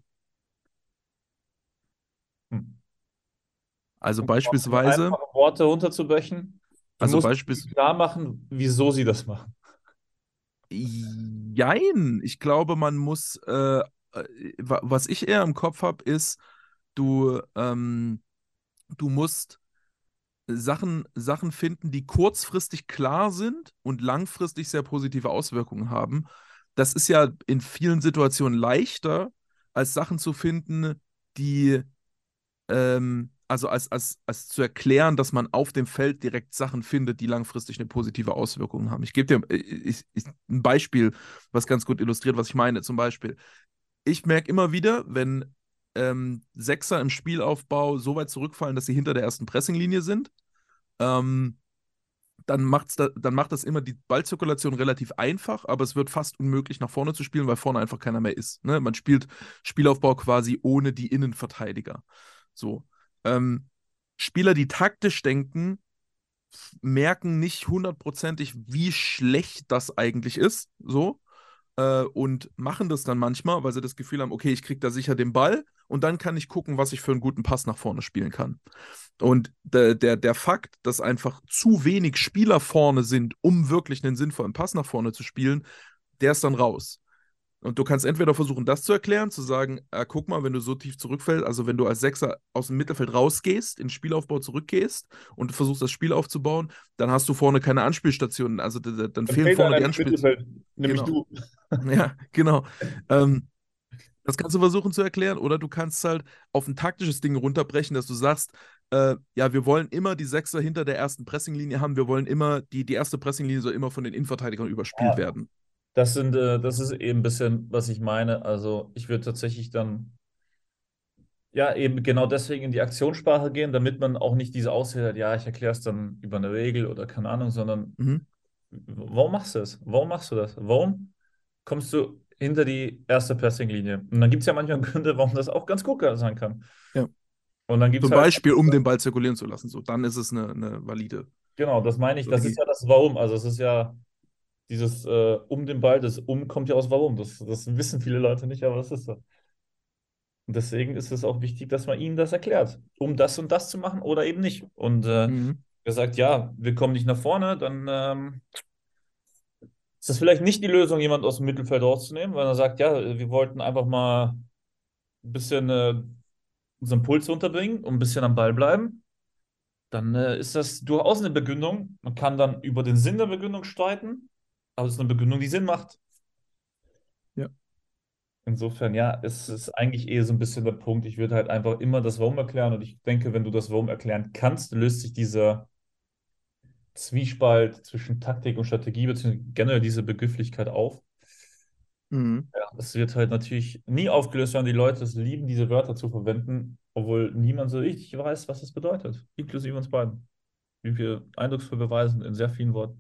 Hm. Also Um in beispielsweise, einfache Worte runterzubrechen, du also musst ihnen beispielsweise, klar machen, wieso sie das machen. jein, ich glaube, man muss, äh, äh, wa- was ich eher im Kopf habe, ist, du, ähm, du musst Sachen, Sachen finden, die kurzfristig klar sind und langfristig sehr positive Auswirkungen haben. Das ist ja in vielen Situationen leichter, als Sachen zu finden, die, ähm, also als, als, als zu erklären, dass man auf dem Feld direkt Sachen findet, die langfristig eine positive Auswirkung haben. Ich gebe dir äh, ich, ich, ein Beispiel, was ganz gut illustriert, was ich meine. Zum Beispiel, ich merke immer wieder, wenn ähm, Sechser im Spielaufbau so weit zurückfallen, dass sie hinter der ersten Pressinglinie sind, ähm, dann, macht's da, dann macht das immer die Ballzirkulation relativ einfach, aber es wird fast unmöglich, nach vorne zu spielen, weil vorne einfach keiner mehr ist. Ne? Man spielt Spielaufbau quasi ohne die Innenverteidiger. So. Ähm, Spieler, die taktisch denken, merken nicht hundertprozentig, wie schlecht das eigentlich ist. So äh, und machen das dann manchmal, weil sie das Gefühl haben, okay, ich kriege da sicher den Ball und dann kann ich gucken, was ich für einen guten Pass nach vorne spielen kann. Und der, der, der Fakt, dass einfach zu wenig Spieler vorne sind, um wirklich einen sinnvollen Pass nach vorne zu spielen, der ist dann raus. Und du kannst entweder versuchen, das zu erklären, zu sagen, äh, guck mal, wenn du so tief zurückfällst, also wenn du als Sechser aus dem Mittelfeld rausgehst, in den Spielaufbau zurückgehst und versuchst, das Spiel aufzubauen, dann hast du vorne keine Anspielstationen. Also dann Dann fehlen fehlt vorne einer die im Anspielstationen. Mittelfeld, nämlich Genau. du. Ja, genau. Ähm, das kannst du versuchen zu erklären, oder du kannst halt auf ein taktisches Ding runterbrechen, dass du sagst, äh, ja, wir wollen immer die Sechser hinter der ersten Pressinglinie haben, wir wollen immer, die, die erste Pressinglinie soll immer von den Innenverteidigern überspielt Ja. werden. Das sind, äh, das ist eben ein bisschen, was ich meine. Also ich würde tatsächlich dann, ja, eben genau deswegen in die Aktionssprache gehen, damit man auch nicht diese Ausrede hat, ja, ich erkläre es dann über eine Regel oder keine Ahnung, sondern Mhm. warum machst du es? Warum machst du das? Warum kommst du hinter die erste Passinglinie? Und dann gibt es ja manchmal Gründe, warum das auch ganz gut sein kann. Ja. Und dann gibt es Zum halt, Beispiel, um den Ball zirkulieren zu lassen. So, dann ist es eine, eine valide genau, das meine ich, das ist Strategie. ja das Warum. Also es ist ja dieses äh, um den Ball, das Um kommt ja aus Warum. Das, das wissen viele Leute nicht, aber das ist so. Und deswegen ist es auch wichtig, dass man ihnen das erklärt, um das und das zu machen oder eben nicht. Und äh, Mhm. er sagt, ja, wir kommen nicht nach vorne, dann ähm, ist das vielleicht nicht die Lösung, jemand aus dem Mittelfeld rauszunehmen, weil er sagt, ja, wir wollten einfach mal ein bisschen äh, unseren Puls runterbringen und ein bisschen am Ball bleiben. Dann äh, ist das durchaus eine Begründung. Man kann dann über den Sinn der Begründung streiten, aber es ist eine Begründung, die Sinn macht. Ja. Insofern, ja, es ist eigentlich eher so ein bisschen der Punkt. Ich würde halt einfach immer das Warum erklären und ich denke, wenn du das Warum erklären kannst, löst sich dieser Zwiespalt zwischen Taktik und Strategie, beziehungsweise generell diese Begrifflichkeit auf. Mhm. Ja, es wird halt natürlich nie aufgelöst, sondern die Leute es lieben, diese Wörter zu verwenden, obwohl niemand so richtig weiß, was es bedeutet, inklusive uns beiden. Wie wir eindrucksvoll beweisen in sehr vielen Worten.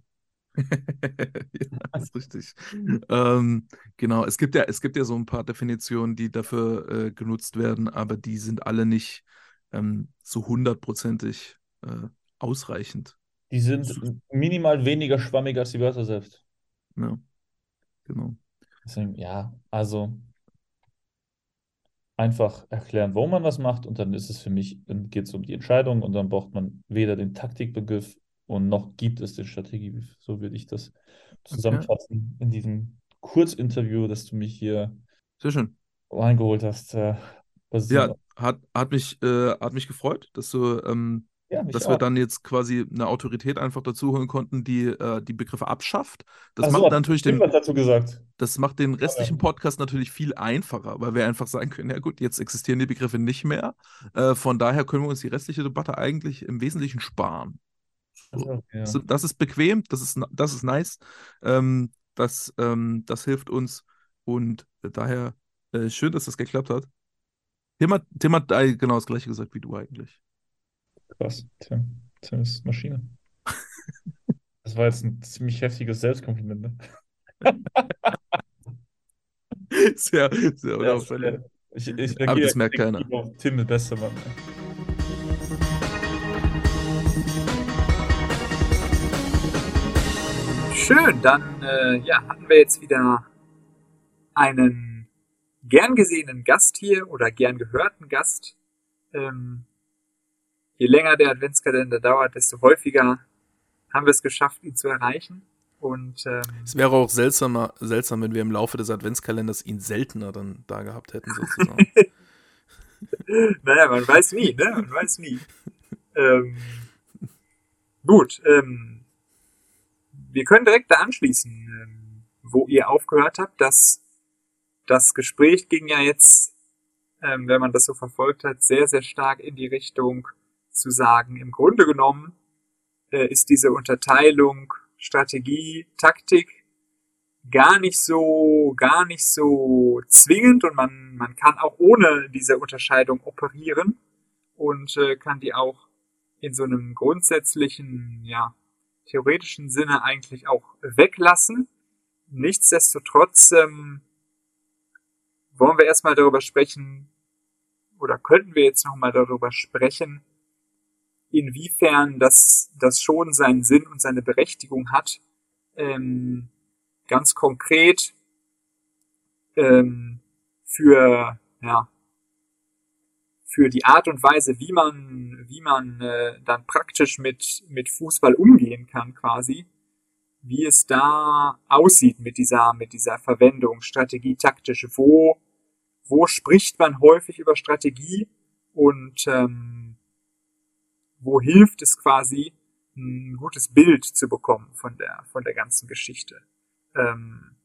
Ja, das ist richtig. Ähm, genau, es gibt ja, es gibt ja so ein paar Definitionen, die dafür äh, genutzt werden, aber die sind alle nicht ähm, so hundertprozentig äh, ausreichend. Die sind minimal weniger schwammig als die Wörter selbst. Ja, genau. Deswegen, ja, also einfach erklären, warum man was macht und dann ist es für mich, dann geht es um die Entscheidung und dann braucht man weder den Taktikbegriff und noch gibt es den Strategiebegriff. So würde ich das Okay. zusammenfassen in diesem Kurzinterview, das du mich hier Sehr schön. reingeholt hast. Äh, Ja, basierend. hat, hat mich, äh, hat mich gefreut, dass du, ähm, Ja, mich dass wir auch. dann jetzt quasi eine Autorität einfach dazu holen konnten, die äh, die Begriffe abschafft. Das Ach so, macht hat natürlich den, irgendwas dazu gesagt. das macht den Ja, ja. restlichen Podcast natürlich viel einfacher, weil wir einfach sagen können, ja gut, jetzt existieren die Begriffe nicht mehr. Äh, von daher können wir uns die restliche Debatte eigentlich im Wesentlichen sparen. So. Also, ja. So, das ist bequem, das ist, das ist nice. Ähm, das, ähm, das hilft uns und daher äh, schön, dass das geklappt hat. Tim hat, Tim hat äh, genau das gleiche gesagt wie du eigentlich. Krass. Tim. Tim ist Maschine. Das war jetzt ein ziemlich heftiges Selbstkompliment, ne? Sehr, sehr Ja, das, unauffällig. äh, ich, ich Aber reagiere das merkt keiner. extrem auf Tim, der beste Mann. Ne? Schön, dann äh, ja, hatten wir jetzt wieder einen gern gesehenen Gast hier oder gern gehörten Gast. Ähm, je länger der Adventskalender dauert, desto häufiger haben wir es geschafft, ihn zu erreichen. Und ähm, Es wäre auch seltsamer, seltsam, wenn wir im Laufe des Adventskalenders ihn seltener dann da gehabt hätten, sozusagen. naja, man weiß nie, ne? Man weiß nie. Ähm, gut, ähm, wir können direkt da anschließen, ähm, wo ihr aufgehört habt. Das, das Gespräch ging ja jetzt, ähm, wenn man das so verfolgt hat, sehr, sehr stark in die Richtung zu sagen, im Grunde genommen äh, ist diese Unterteilung Strategie, Taktik gar nicht so, gar nicht so zwingend und man, man kann auch ohne diese Unterscheidung operieren und äh, kann die auch in so einem grundsätzlichen, ja, theoretischen Sinne eigentlich auch weglassen. Nichtsdestotrotz ähm, wollen wir erstmal darüber sprechen, oder könnten wir jetzt nochmal darüber sprechen, inwiefern das, das schon seinen Sinn und seine Berechtigung hat, ähm, ganz konkret ähm, für, ja, für die Art und Weise, wie man, wie man äh, dann praktisch mit, mit Fußball umgehen kann, quasi, wie es da aussieht mit dieser, mit dieser Verwendung, Strategie, taktische, wo, wo spricht man häufig über Strategie und ähm, wo hilft es quasi, ein gutes Bild zu bekommen von der, von der ganzen Geschichte. Ähm,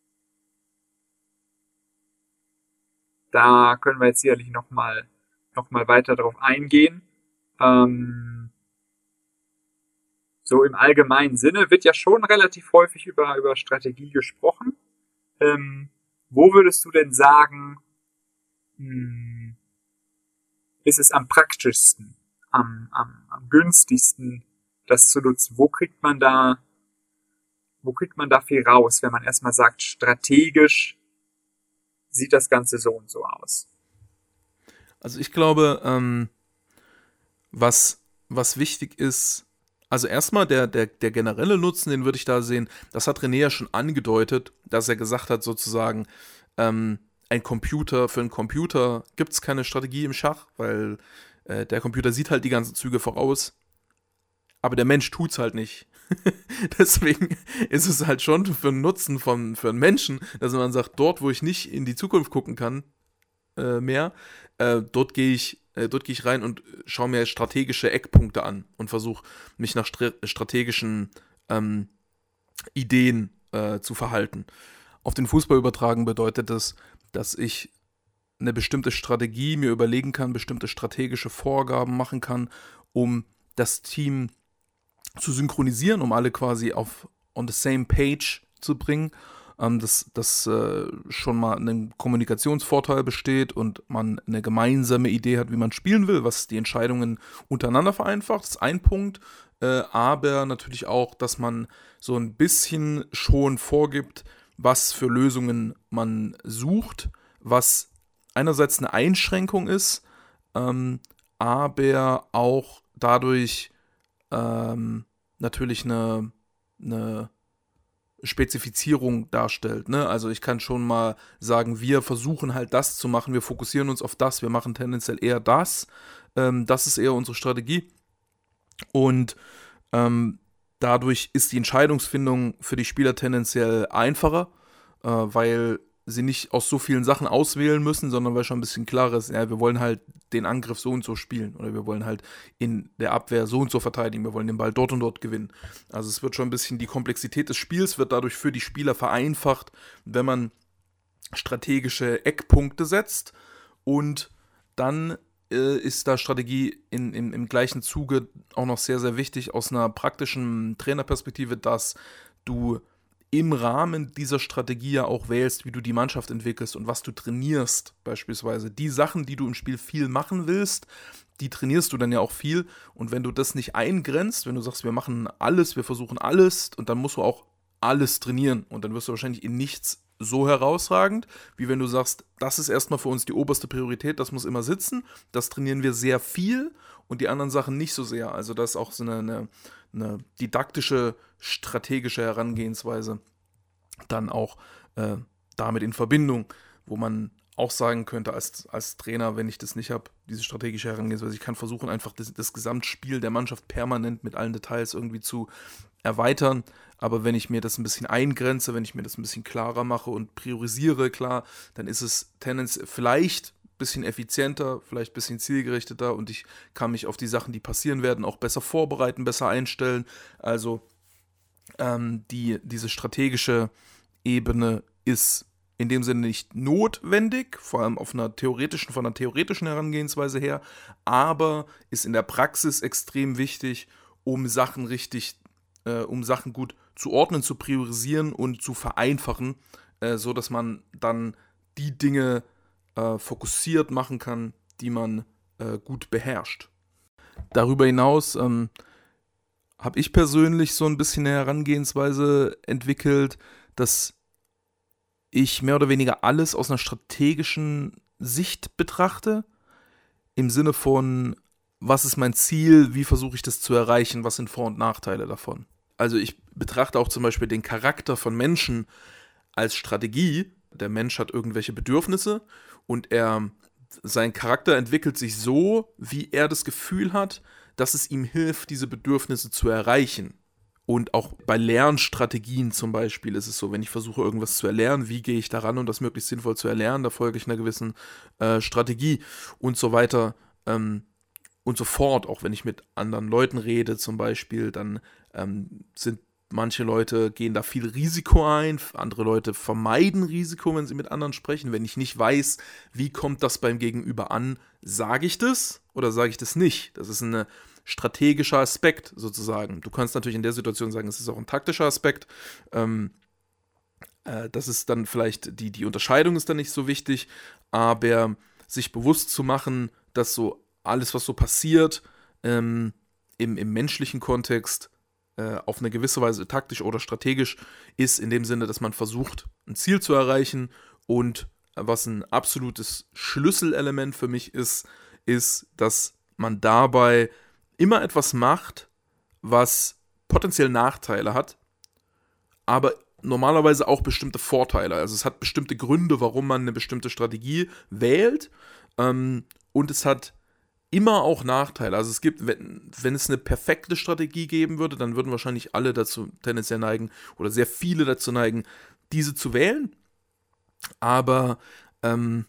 da können wir jetzt sicherlich nochmal noch mal weiter drauf eingehen. Ähm, so im allgemeinen Sinne wird ja schon relativ häufig über, über Strategie gesprochen. Ähm, wo würdest du denn sagen, mh, ist es am praktischsten, am, am, am günstigsten, das zu nutzen? Wo kriegt man da, wo kriegt man da viel raus, wenn man erstmal sagt, strategisch sieht das Ganze so und so aus? Also ich glaube, ähm, was, was wichtig ist, also erstmal der, der, der generelle Nutzen, den würde ich da sehen, das hat René ja schon angedeutet, dass er gesagt hat, sozusagen, ähm, ein Computer, für einen Computer gibt es keine Strategie im Schach, weil äh, der Computer sieht halt die ganzen Züge voraus, aber der Mensch tut's halt nicht. Deswegen ist es halt schon für einen Nutzen von, für einen Menschen, dass man sagt, dort, wo ich nicht in die Zukunft gucken kann, äh, mehr, äh, dort gehe ich, äh, dort gehe ich rein und schaue mir strategische Eckpunkte an und versuche mich nach stra- strategischen ähm, Ideen äh, zu verhalten. Auf den Fußball übertragen bedeutet das, dass ich eine bestimmte Strategie mir überlegen kann, bestimmte strategische Vorgaben machen kann, um das Team zu synchronisieren, um alle quasi auf on the same page zu bringen, ähm, dass, dass äh, schon mal ein Kommunikationsvorteil besteht und man eine gemeinsame Idee hat, wie man spielen will, was die Entscheidungen untereinander vereinfacht. Das ist ein Punkt, äh, aber natürlich auch, dass man so ein bisschen schon vorgibt, was für Lösungen man sucht, was einerseits eine Einschränkung ist, ähm, aber auch dadurch ähm, natürlich eine, eine Spezifizierung darstellt. Ne? Also ich kann schon mal sagen, wir versuchen halt das zu machen, wir fokussieren uns auf das, wir machen tendenziell eher das. Ähm, das ist eher unsere Strategie. Und ähm, dadurch ist die Entscheidungsfindung für die Spieler tendenziell einfacher, äh, weil sie nicht aus so vielen Sachen auswählen müssen, sondern weil schon ein bisschen klarer ist, ja, wir wollen halt den Angriff so und so spielen oder wir wollen halt in der Abwehr so und so verteidigen, wir wollen den Ball dort und dort gewinnen. Also es wird schon ein bisschen, die Komplexität des Spiels wird dadurch für die Spieler vereinfacht, wenn man strategische Eckpunkte setzt und dann äh, ist da Strategie in, in, im gleichen Zuge auch noch sehr, sehr wichtig aus einer praktischen Trainerperspektive, dass du im Rahmen dieser Strategie ja auch wählst, wie du die Mannschaft entwickelst und was du trainierst beispielsweise. Die Sachen, die du im Spiel viel machen willst, die trainierst du dann ja auch viel. Und wenn du das nicht eingrenzt, wenn du sagst, wir machen alles, wir versuchen alles und dann musst du auch alles trainieren und dann wirst du wahrscheinlich in nichts so herausragend, wie wenn du sagst, das ist erstmal für uns die oberste Priorität, das muss immer sitzen, das trainieren wir sehr viel und die anderen Sachen nicht so sehr. Also das ist auch so eine, eine, eine didaktische, strategische Herangehensweise dann auch äh, damit in Verbindung, wo man auch sagen könnte als, als Trainer, wenn ich das nicht habe, diese strategische Herangehensweise, ich kann versuchen, einfach das, das Gesamtspiel der Mannschaft permanent mit allen Details irgendwie zu erweitern, aber wenn ich mir das ein bisschen eingrenze, wenn ich mir das ein bisschen klarer mache und priorisiere, klar, dann ist es tendenziell vielleicht ein bisschen effizienter, vielleicht ein bisschen zielgerichteter und ich kann mich auf die Sachen, die passieren werden, auch besser vorbereiten, besser einstellen. Also ähm, die, diese strategische Ebene ist in dem Sinne nicht notwendig, vor allem auf einer theoretischen, von einer theoretischen Herangehensweise her, aber ist in der Praxis extrem wichtig, um Sachen richtig, äh, um Sachen gut zu ordnen, zu priorisieren und zu vereinfachen, äh, so dass man dann die Dinge äh, fokussiert machen kann, die man äh, gut beherrscht. Darüber hinaus ähm, habe ich persönlich so ein bisschen eine Herangehensweise entwickelt, dass ich mehr oder weniger alles aus einer strategischen Sicht betrachte, im Sinne von, was ist mein Ziel, wie versuche ich das zu erreichen, was sind Vor- und Nachteile davon. Also ich betrachte auch zum Beispiel den Charakter von Menschen als Strategie. Der Mensch hat irgendwelche Bedürfnisse und er, sein Charakter entwickelt sich so, wie er das Gefühl hat, dass es ihm hilft, diese Bedürfnisse zu erreichen. Und auch bei Lernstrategien zum Beispiel ist es so, wenn ich versuche, irgendwas zu erlernen, wie gehe ich daran, um das möglichst sinnvoll zu erlernen, da folge ich einer gewissen äh, Strategie und so weiter ähm, und so fort. Auch wenn ich mit anderen Leuten rede zum Beispiel, dann ähm, sind manche Leute, gehen da viel Risiko ein, andere Leute vermeiden Risiko, wenn sie mit anderen sprechen. Wenn ich nicht weiß, wie kommt das beim Gegenüber an, sage ich das oder sage ich das nicht? Das ist eine strategischer Aspekt sozusagen. Du kannst natürlich in der Situation sagen, es ist auch ein taktischer Aspekt. Ähm, äh, das ist dann vielleicht, die, die Unterscheidung ist dann nicht so wichtig, aber sich bewusst zu machen, dass so alles, was so passiert, ähm, im, im menschlichen Kontext äh, auf eine gewisse Weise taktisch oder strategisch ist, in dem Sinne, dass man versucht, ein Ziel zu erreichen und was ein absolutes Schlüsselelement für mich ist, ist, dass man dabei immer etwas macht, was potenziell Nachteile hat, aber normalerweise auch bestimmte Vorteile. Also es hat bestimmte Gründe, warum man eine bestimmte Strategie wählt, ähm, und es hat immer auch Nachteile. Also es gibt, wenn, wenn es eine perfekte Strategie geben würde, dann würden wahrscheinlich alle dazu tendenziell neigen oder sehr viele dazu neigen, diese zu wählen. Aber ähm,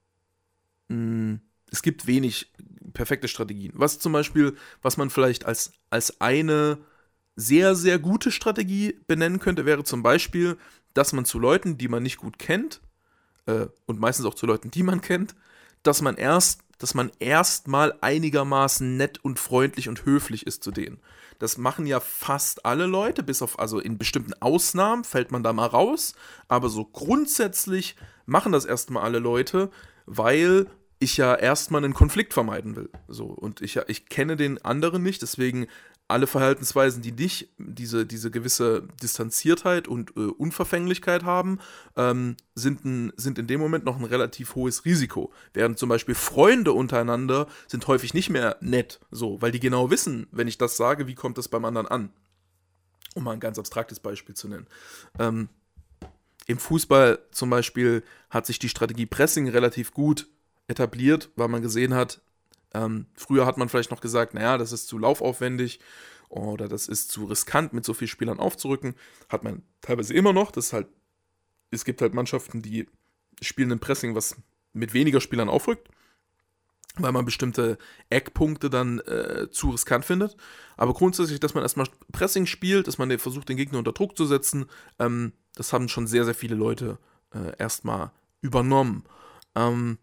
mh, es gibt wenig perfekte Strategien. Was zum Beispiel, was man vielleicht als, als eine sehr, sehr gute Strategie benennen könnte, wäre zum Beispiel, dass man zu Leuten, die man nicht gut kennt, äh, und meistens auch zu Leuten, die man kennt, dass man erst, dass man erstmal einigermaßen nett und freundlich und höflich ist zu denen. Das machen ja fast alle Leute, bis auf, also in bestimmten Ausnahmen fällt man da mal raus, aber so grundsätzlich machen das erstmal alle Leute, weil ich ja erstmal einen Konflikt vermeiden will. So, und ich, ich kenne den anderen nicht, deswegen alle Verhaltensweisen, die nicht diese, diese gewisse Distanziertheit und äh, Unverfänglichkeit haben, ähm, sind, ein, sind in dem Moment noch ein relativ hohes Risiko. Während zum Beispiel Freunde untereinander sind häufig nicht mehr nett, so, weil die genau wissen, wenn ich das sage, wie kommt das beim anderen an. Um mal ein ganz abstraktes Beispiel zu nennen. Ähm, Im Fußball zum Beispiel hat sich die Strategie Pressing relativ gut etabliert, weil man gesehen hat, ähm, früher hat man vielleicht noch gesagt, naja, das ist zu laufaufwendig oder das ist zu riskant, mit so vielen Spielern aufzurücken. Hat man teilweise immer noch. Das ist halt, es gibt halt Mannschaften, die spielen ein Pressing, was mit weniger Spielern aufrückt, weil man bestimmte Eckpunkte dann äh, zu riskant findet. Aber grundsätzlich, dass man erstmal Pressing spielt, dass man versucht, den Gegner unter Druck zu setzen, ähm, das haben schon sehr, sehr viele Leute äh, erstmal übernommen. Ähm,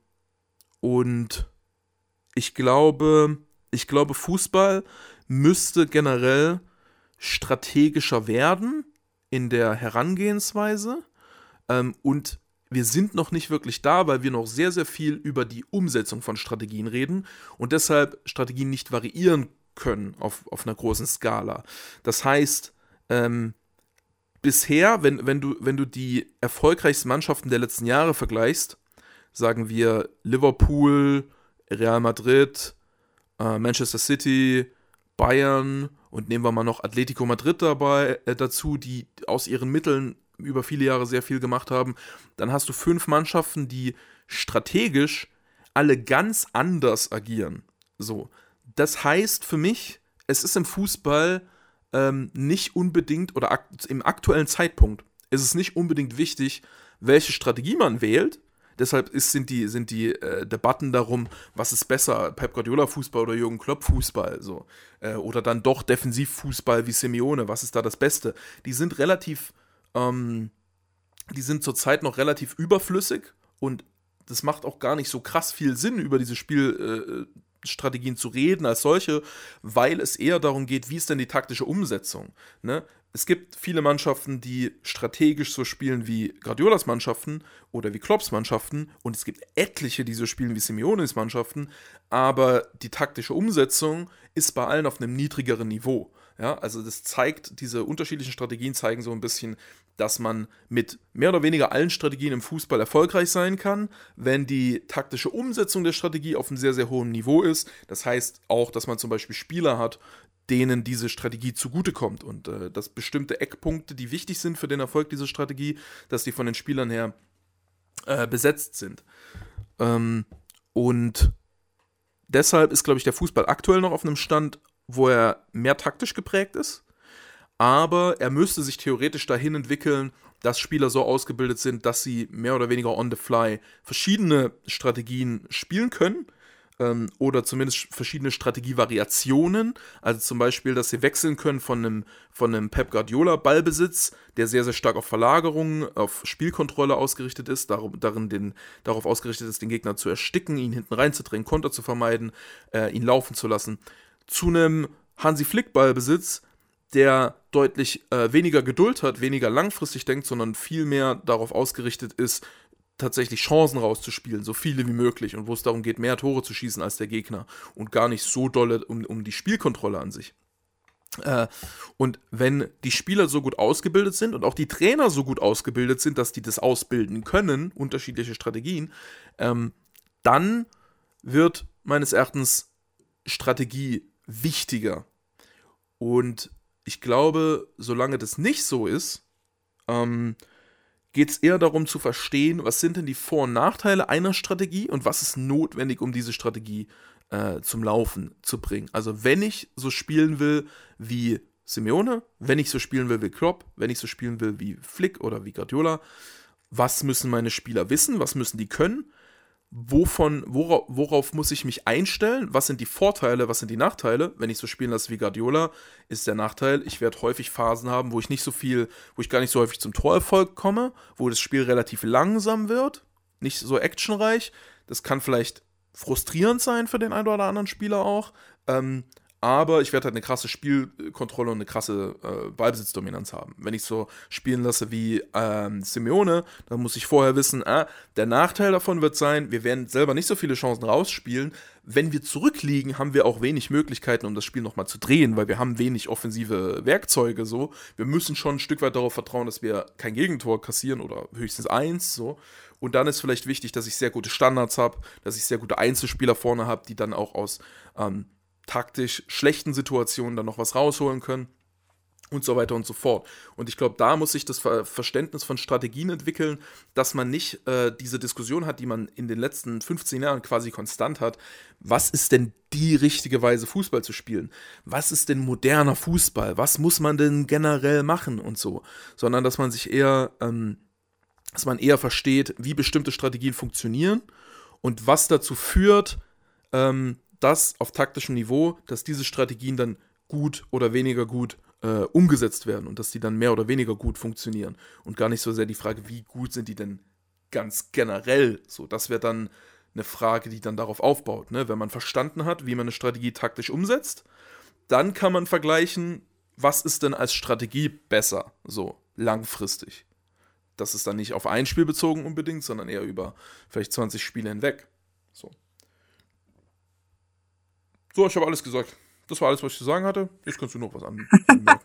und ich glaube, ich glaube, Fußball müsste generell strategischer werden in der Herangehensweise. Ähm, und wir sind noch nicht wirklich da, weil wir noch sehr, sehr viel über die Umsetzung von Strategien reden und deshalb Strategien nicht variieren können auf, auf einer großen Skala. Das heißt, ähm, bisher, wenn, wenn, du, wenn du die erfolgreichsten Mannschaften der letzten Jahre vergleichst, sagen wir Liverpool, Real Madrid, äh, Manchester City, Bayern und nehmen wir mal noch Atletico Madrid dabei äh, dazu, die aus ihren Mitteln über viele Jahre sehr viel gemacht haben, dann hast du fünf Mannschaften, die strategisch alle ganz anders agieren. So, das heißt für mich, es ist im Fußball ähm, nicht unbedingt, oder ak- im aktuellen Zeitpunkt ist es nicht unbedingt wichtig, welche Strategie man wählt. Deshalb ist, sind die, sind die äh, Debatten darum, was ist besser, Pep Guardiola Fußball oder Jürgen Klopp Fußball, so. Äh, oder dann doch Defensivfußball wie Simeone, was ist da das Beste? Die sind relativ Ähm, die sind zurzeit noch relativ überflüssig und das macht auch gar nicht so krass viel Sinn, über diese Spielstrategien äh, zu reden als solche, weil es eher darum geht, wie ist denn die taktische Umsetzung, ne? Es gibt viele Mannschaften, die strategisch so spielen wie Guardiolas Mannschaften oder wie Klopps Mannschaften und es gibt etliche, die so spielen wie Simeones Mannschaften, aber die taktische Umsetzung ist bei allen auf einem niedrigeren Niveau. Ja, also das zeigt, diese unterschiedlichen Strategien zeigen so ein bisschen, dass man mit mehr oder weniger allen Strategien im Fußball erfolgreich sein kann, wenn die taktische Umsetzung der Strategie auf einem sehr, sehr hohen Niveau ist. Das heißt auch, dass man zum Beispiel Spieler hat, denen diese Strategie zugutekommt und äh, dass bestimmte Eckpunkte, die wichtig sind für den Erfolg dieser Strategie, dass die von den Spielern her äh, besetzt sind. Ähm, und deshalb ist, glaube ich, der Fußball aktuell noch auf einem Stand, wo er mehr taktisch geprägt ist, aber er müsste sich theoretisch dahin entwickeln, dass Spieler so ausgebildet sind, dass sie mehr oder weniger on the fly verschiedene Strategien spielen können ähm, oder zumindest verschiedene Strategievariationen, also zum Beispiel, dass sie wechseln können von einem, von einem Pep Guardiola Ballbesitz, der sehr, sehr stark auf Verlagerungen, auf Spielkontrolle ausgerichtet ist, darum, darin den, darauf ausgerichtet ist, den Gegner zu ersticken, ihn hinten reinzudrängen, Konter zu vermeiden, äh, ihn laufen zu lassen, zu einem Hansi Flick Ballbesitz, der deutlich äh, weniger Geduld hat, weniger langfristig denkt, sondern viel mehr darauf ausgerichtet ist, tatsächlich Chancen rauszuspielen, so viele wie möglich und wo es darum geht, mehr Tore zu schießen als der Gegner und gar nicht so dolle um, um die Spielkontrolle an sich. Äh, und wenn die Spieler so gut ausgebildet sind und auch die Trainer so gut ausgebildet sind, dass die das ausbilden können, unterschiedliche Strategien, ähm, dann wird meines Erachtens Strategie wichtiger. Und ich glaube, solange das nicht so ist, ähm, geht es eher darum zu verstehen, was sind denn die Vor- und Nachteile einer Strategie und was ist notwendig, um diese Strategie äh, zum Laufen zu bringen. Also wenn ich so spielen will wie Simeone, wenn ich so spielen will wie Klopp, wenn ich so spielen will wie Flick oder wie Guardiola, was müssen meine Spieler wissen, was müssen die können? Wovon, worauf, worauf muss ich mich einstellen? Was sind die Vorteile, was sind die Nachteile? Wenn ich so spielen lasse wie Guardiola, ist der Nachteil, ich werde häufig Phasen haben, wo ich nicht so viel, wo ich gar nicht so häufig zum Torerfolg komme, wo das Spiel relativ langsam wird, nicht so actionreich. Das kann vielleicht frustrierend sein für den einen oder anderen Spieler auch. Ähm, aber ich werde halt eine krasse Spielkontrolle und eine krasse äh, Ballbesitzdominanz haben. Wenn ich so spielen lasse wie ähm, Simeone, dann muss ich vorher wissen, ah, der Nachteil davon wird sein, wir werden selber nicht so viele Chancen rausspielen. Wenn wir zurückliegen, haben wir auch wenig Möglichkeiten, um das Spiel nochmal zu drehen, weil wir haben wenig offensive Werkzeuge. So. Wir müssen schon ein Stück weit darauf vertrauen, dass wir kein Gegentor kassieren oder höchstens eins. So. Und dann ist vielleicht wichtig, dass ich sehr gute Standards habe, dass ich sehr gute Einzelspieler vorne habe, die dann auch aus ähm, taktisch schlechten Situationen dann noch was rausholen können. und so weiter und so fort. Und ich glaube, da muss sich das Ver- Verständnis von Strategien entwickeln, dass man nicht äh, diese Diskussion hat, die man in den letzten fünfzehn Jahren quasi konstant hat. Was ist denn die richtige Weise, Fußball zu spielen? Was ist denn moderner Fußball? Was muss man denn generell machen und so? Sondern, dass man sich eher, ähm, dass man eher versteht, wie bestimmte Strategien funktionieren und was dazu führt, ähm, dass auf taktischem Niveau, dass diese Strategien dann gut oder weniger gut Äh, umgesetzt werden und dass die dann mehr oder weniger gut funktionieren und gar nicht so sehr die Frage, wie gut sind die denn ganz generell so. Das wäre dann eine Frage, die dann darauf aufbaut. Ne? Wenn man verstanden hat, wie man eine Strategie taktisch umsetzt, dann kann man vergleichen, was ist denn als Strategie besser, so langfristig. Das ist dann nicht auf ein Spiel bezogen unbedingt, sondern eher über vielleicht zwanzig Spiele hinweg. So, so ich habe alles gesagt. Das war alles, was ich zu sagen hatte. Jetzt kannst du noch was an- anmerken.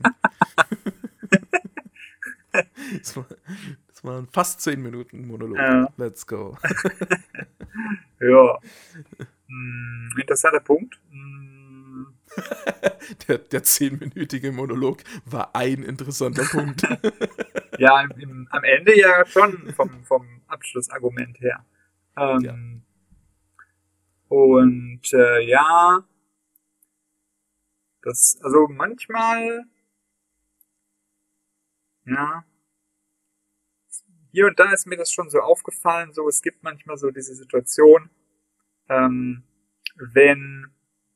das, war, das waren fast zehn Minuten Monolog. Ja. Let's go. Ja. Hm, interessanter Punkt. Hm. der, der zehnminütige Monolog war ein interessanter Punkt. Ja, im, im, am Ende ja schon vom, vom Abschlussargument her. Ähm, Ja. Und äh, ja, das, also manchmal, ja, hier und da ist mir das schon so aufgefallen, so es gibt manchmal so diese Situation, ähm, wenn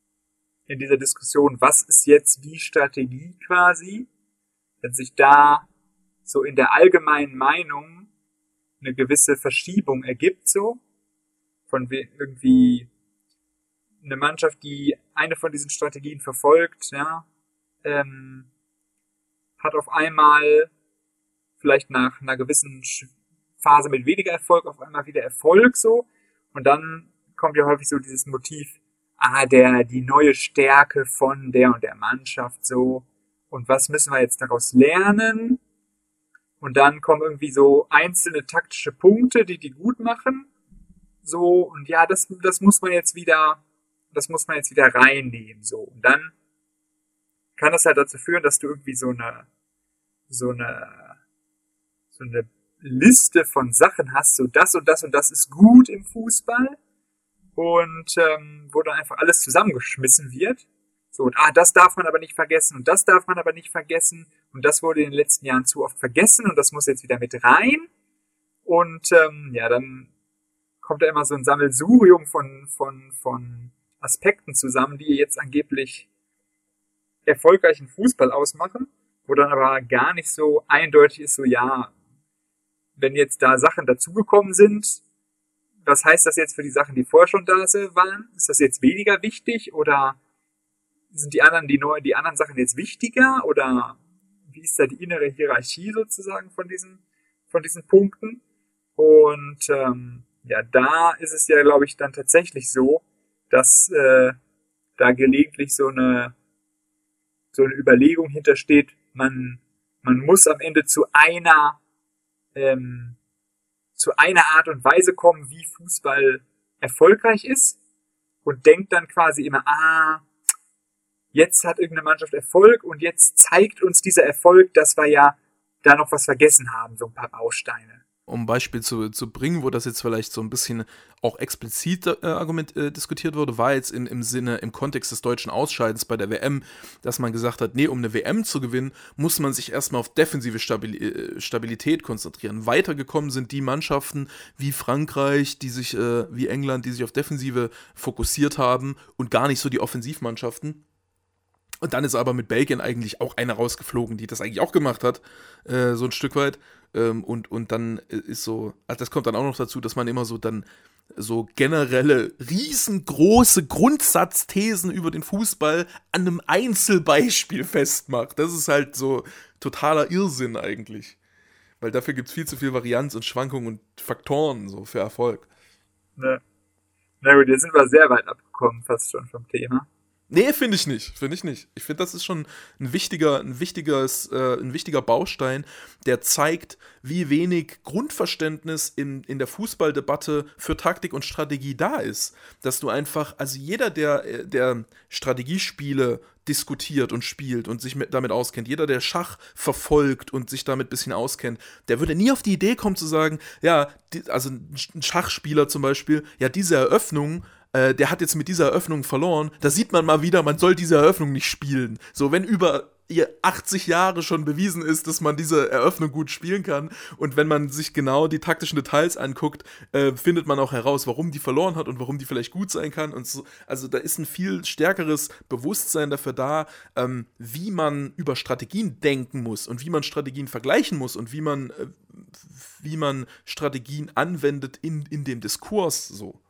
in dieser Diskussion, was ist jetzt die Strategie quasi, wenn sich da so in der allgemeinen Meinung eine gewisse Verschiebung ergibt, so, von we- irgendwie eine Mannschaft, die eine von diesen Strategien verfolgt, ja, ähm, hat auf einmal vielleicht nach einer gewissen Sch- Phase mit weniger Erfolg auf einmal wieder Erfolg so und dann kommt ja häufig so dieses Motiv, ah, der, die neue Stärke von der und der Mannschaft so und was müssen wir jetzt daraus lernen? Und dann kommen irgendwie so einzelne taktische Punkte, die die gut machen, so und ja, das, das muss man jetzt wieder das muss man jetzt wieder reinnehmen, so. Und dann kann das halt dazu führen, dass du irgendwie so eine, so eine, so eine Liste von Sachen hast, so das und das und das ist gut im Fußball und ähm, wo dann einfach alles zusammengeschmissen wird. So, und ah, das darf man aber nicht vergessen und das darf man aber nicht vergessen und das wurde in den letzten Jahren zu oft vergessen und das muss jetzt wieder mit rein. Und ähm, ja, dann kommt da immer so ein Sammelsurium von, von, von Aspekten zusammen, die jetzt angeblich erfolgreichen Fußball ausmachen, wo dann aber gar nicht so eindeutig ist, so ja, wenn jetzt da Sachen dazugekommen sind, was heißt das jetzt für die Sachen, die vorher schon da waren? Ist das jetzt weniger wichtig oder sind die anderen, die neuen, die anderen Sachen jetzt wichtiger oder wie ist da die innere Hierarchie sozusagen von diesen, von diesen Punkten? Und ähm, ja, da ist es ja, glaube ich, dann tatsächlich so, dass äh, da gelegentlich so eine so eine Überlegung hintersteht, man man muss am Ende zu einer ähm, zu einer Art und Weise kommen, wie Fußball erfolgreich ist und denkt dann quasi immer, ah, jetzt hat irgendeine Mannschaft Erfolg und jetzt zeigt uns dieser Erfolg, dass wir ja da noch was vergessen haben, so ein paar Bausteine. Um ein Beispiel zu, zu bringen, wo das jetzt vielleicht so ein bisschen auch explizit äh, argument, äh, diskutiert wurde, war jetzt in, im Sinne, im Kontext des deutschen Ausscheidens bei der W M, dass man gesagt hat, nee, um eine W M zu gewinnen, muss man sich erstmal auf defensive Stabil- Stabilität konzentrieren. Weitergekommen sind die Mannschaften wie Frankreich, die sich, äh, wie England, die sich auf Defensive fokussiert haben und gar nicht so die Offensivmannschaften. Und dann ist aber mit Belgien eigentlich auch einer rausgeflogen, die das eigentlich auch gemacht hat, äh, so ein Stück weit. Ähm, und, und dann ist so, also das kommt dann auch noch dazu, dass man immer so dann so generelle, riesengroße Grundsatzthesen über den Fußball an einem Einzelbeispiel festmacht. Das ist halt so totaler Irrsinn eigentlich. Weil dafür gibt es viel zu viel Varianz und Schwankungen und Faktoren so für Erfolg. Ne. Na gut, jetzt sind wir sehr weit abgekommen, fast schon vom Thema. Nee, finde ich nicht. Finde ich nicht. Ich finde, das ist schon ein wichtiger, ein wichtiges, äh, ein wichtiger Baustein, der zeigt, wie wenig Grundverständnis in, in der Fußballdebatte für Taktik und Strategie da ist. Dass du einfach, also jeder, der, der Strategiespiele diskutiert und spielt und sich mit, damit auskennt, jeder, der Schach verfolgt und sich damit ein bisschen auskennt, der würde nie auf die Idee kommen zu sagen, ja, die, also ein Schachspieler zum Beispiel, ja, diese Eröffnung, Äh, der hat jetzt mit dieser Eröffnung verloren. Da sieht man mal wieder, man soll diese Eröffnung nicht spielen. So, wenn über ihr achtzig Jahre schon bewiesen ist, dass man diese Eröffnung gut spielen kann und wenn man sich genau die taktischen Details anguckt, äh, findet man auch heraus, warum die verloren hat und warum die vielleicht gut sein kann und so. Also da ist ein viel stärkeres Bewusstsein dafür da, ähm, wie man über Strategien denken muss und wie man Strategien vergleichen muss und wie man, äh, wie man Strategien anwendet in, in dem Diskurs, so.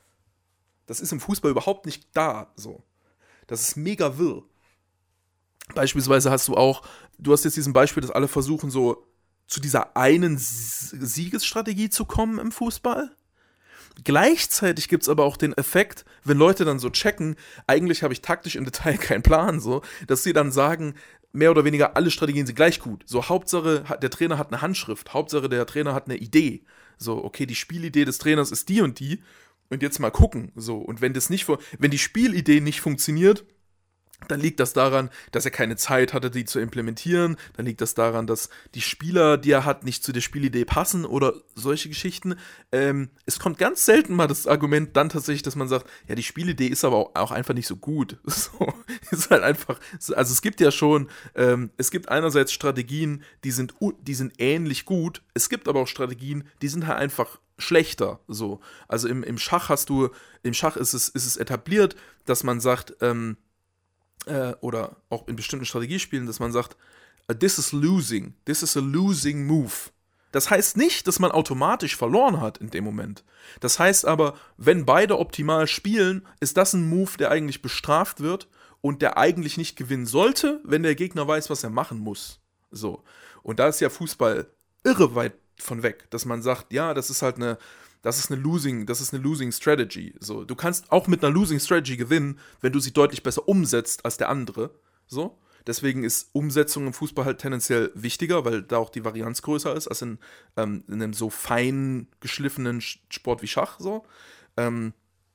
Das ist im Fußball überhaupt nicht da, so. Das ist mega wirr. Beispielsweise hast du auch, du hast jetzt diesen Beispiel, dass alle versuchen, so zu dieser einen Siegesstrategie zu kommen im Fußball. Gleichzeitig gibt es aber auch den Effekt, wenn Leute dann so checken, eigentlich habe ich taktisch im Detail keinen Plan, so, dass sie dann sagen, mehr oder weniger alle Strategien sind gleich gut. So, Hauptsache, der Trainer hat eine Handschrift, Hauptsache, der Trainer hat eine Idee. So, okay, die Spielidee des Trainers ist die und die. Und jetzt mal gucken, so. Und wenn das nicht, wenn die Spielidee nicht funktioniert, dann liegt das daran, dass er keine Zeit hatte, die zu implementieren. Dann liegt das daran, dass die Spieler, die er hat, nicht zu der Spielidee passen oder solche Geschichten. Ähm, es kommt ganz selten mal das Argument dann tatsächlich, dass man sagt, ja, die Spielidee ist aber auch, auch einfach nicht so gut. So, ist halt einfach, also es gibt ja schon, ähm, es gibt einerseits Strategien, die sind, die sind ähnlich gut. Es gibt aber auch Strategien, die sind halt einfach schlechter, so. Also im, im Schach hast du, im Schach ist es, ist es etabliert, dass man sagt, ähm, äh, oder auch in bestimmten Strategiespielen, dass man sagt, this is losing, this is a losing move. Das heißt nicht, dass man automatisch verloren hat in dem Moment. Das heißt aber, wenn beide optimal spielen, ist das ein Move, der eigentlich bestraft wird und der eigentlich nicht gewinnen sollte, wenn der Gegner weiß, was er machen muss. So. Und da ist ja Fußball irre weit von weg, dass man sagt, ja, das ist halt eine, das ist eine Losing, das ist eine Losing Strategy. So, du kannst auch mit einer Losing Strategy gewinnen, wenn du sie deutlich besser umsetzt als der andere. So, deswegen ist Umsetzung im Fußball halt tendenziell wichtiger, weil da auch die Varianz größer ist als in, ähm, in einem so fein geschliffenen Sport wie Schach. So, ähm,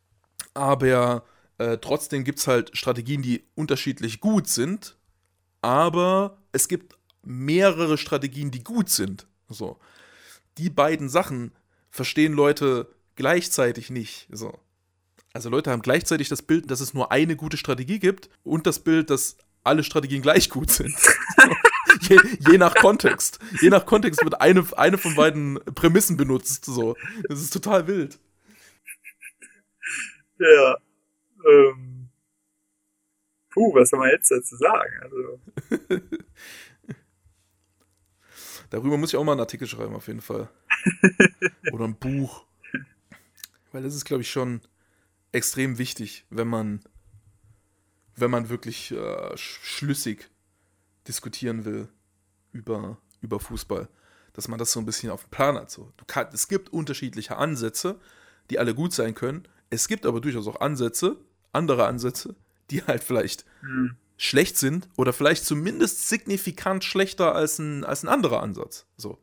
aber äh, trotzdem gibt es halt Strategien, die unterschiedlich gut sind, aber es gibt mehrere Strategien, die gut sind. So. Die beiden Sachen verstehen Leute gleichzeitig nicht. So. Also Leute haben gleichzeitig das Bild, dass es nur eine gute Strategie gibt und das Bild, dass alle Strategien gleich gut sind. So. je, je nach Kontext. Je nach Kontext wird eine, eine von beiden Prämissen benutzt. So. Das ist total wild. Ja. Ähm. Puh, was soll man jetzt dazu sagen? Also. Darüber muss ich auch mal einen Artikel schreiben, auf jeden Fall. Oder ein Buch. Weil das ist, glaube ich, schon extrem wichtig, wenn man, wenn man wirklich äh, schlüssig diskutieren will über, über Fußball. Dass man das so ein bisschen auf dem Plan hat. So. Du kann, es gibt unterschiedliche Ansätze, die alle gut sein können. Es gibt aber durchaus auch Ansätze, andere Ansätze, die halt vielleicht hm. schlecht sind oder vielleicht zumindest signifikant schlechter als ein, als ein anderer Ansatz. So.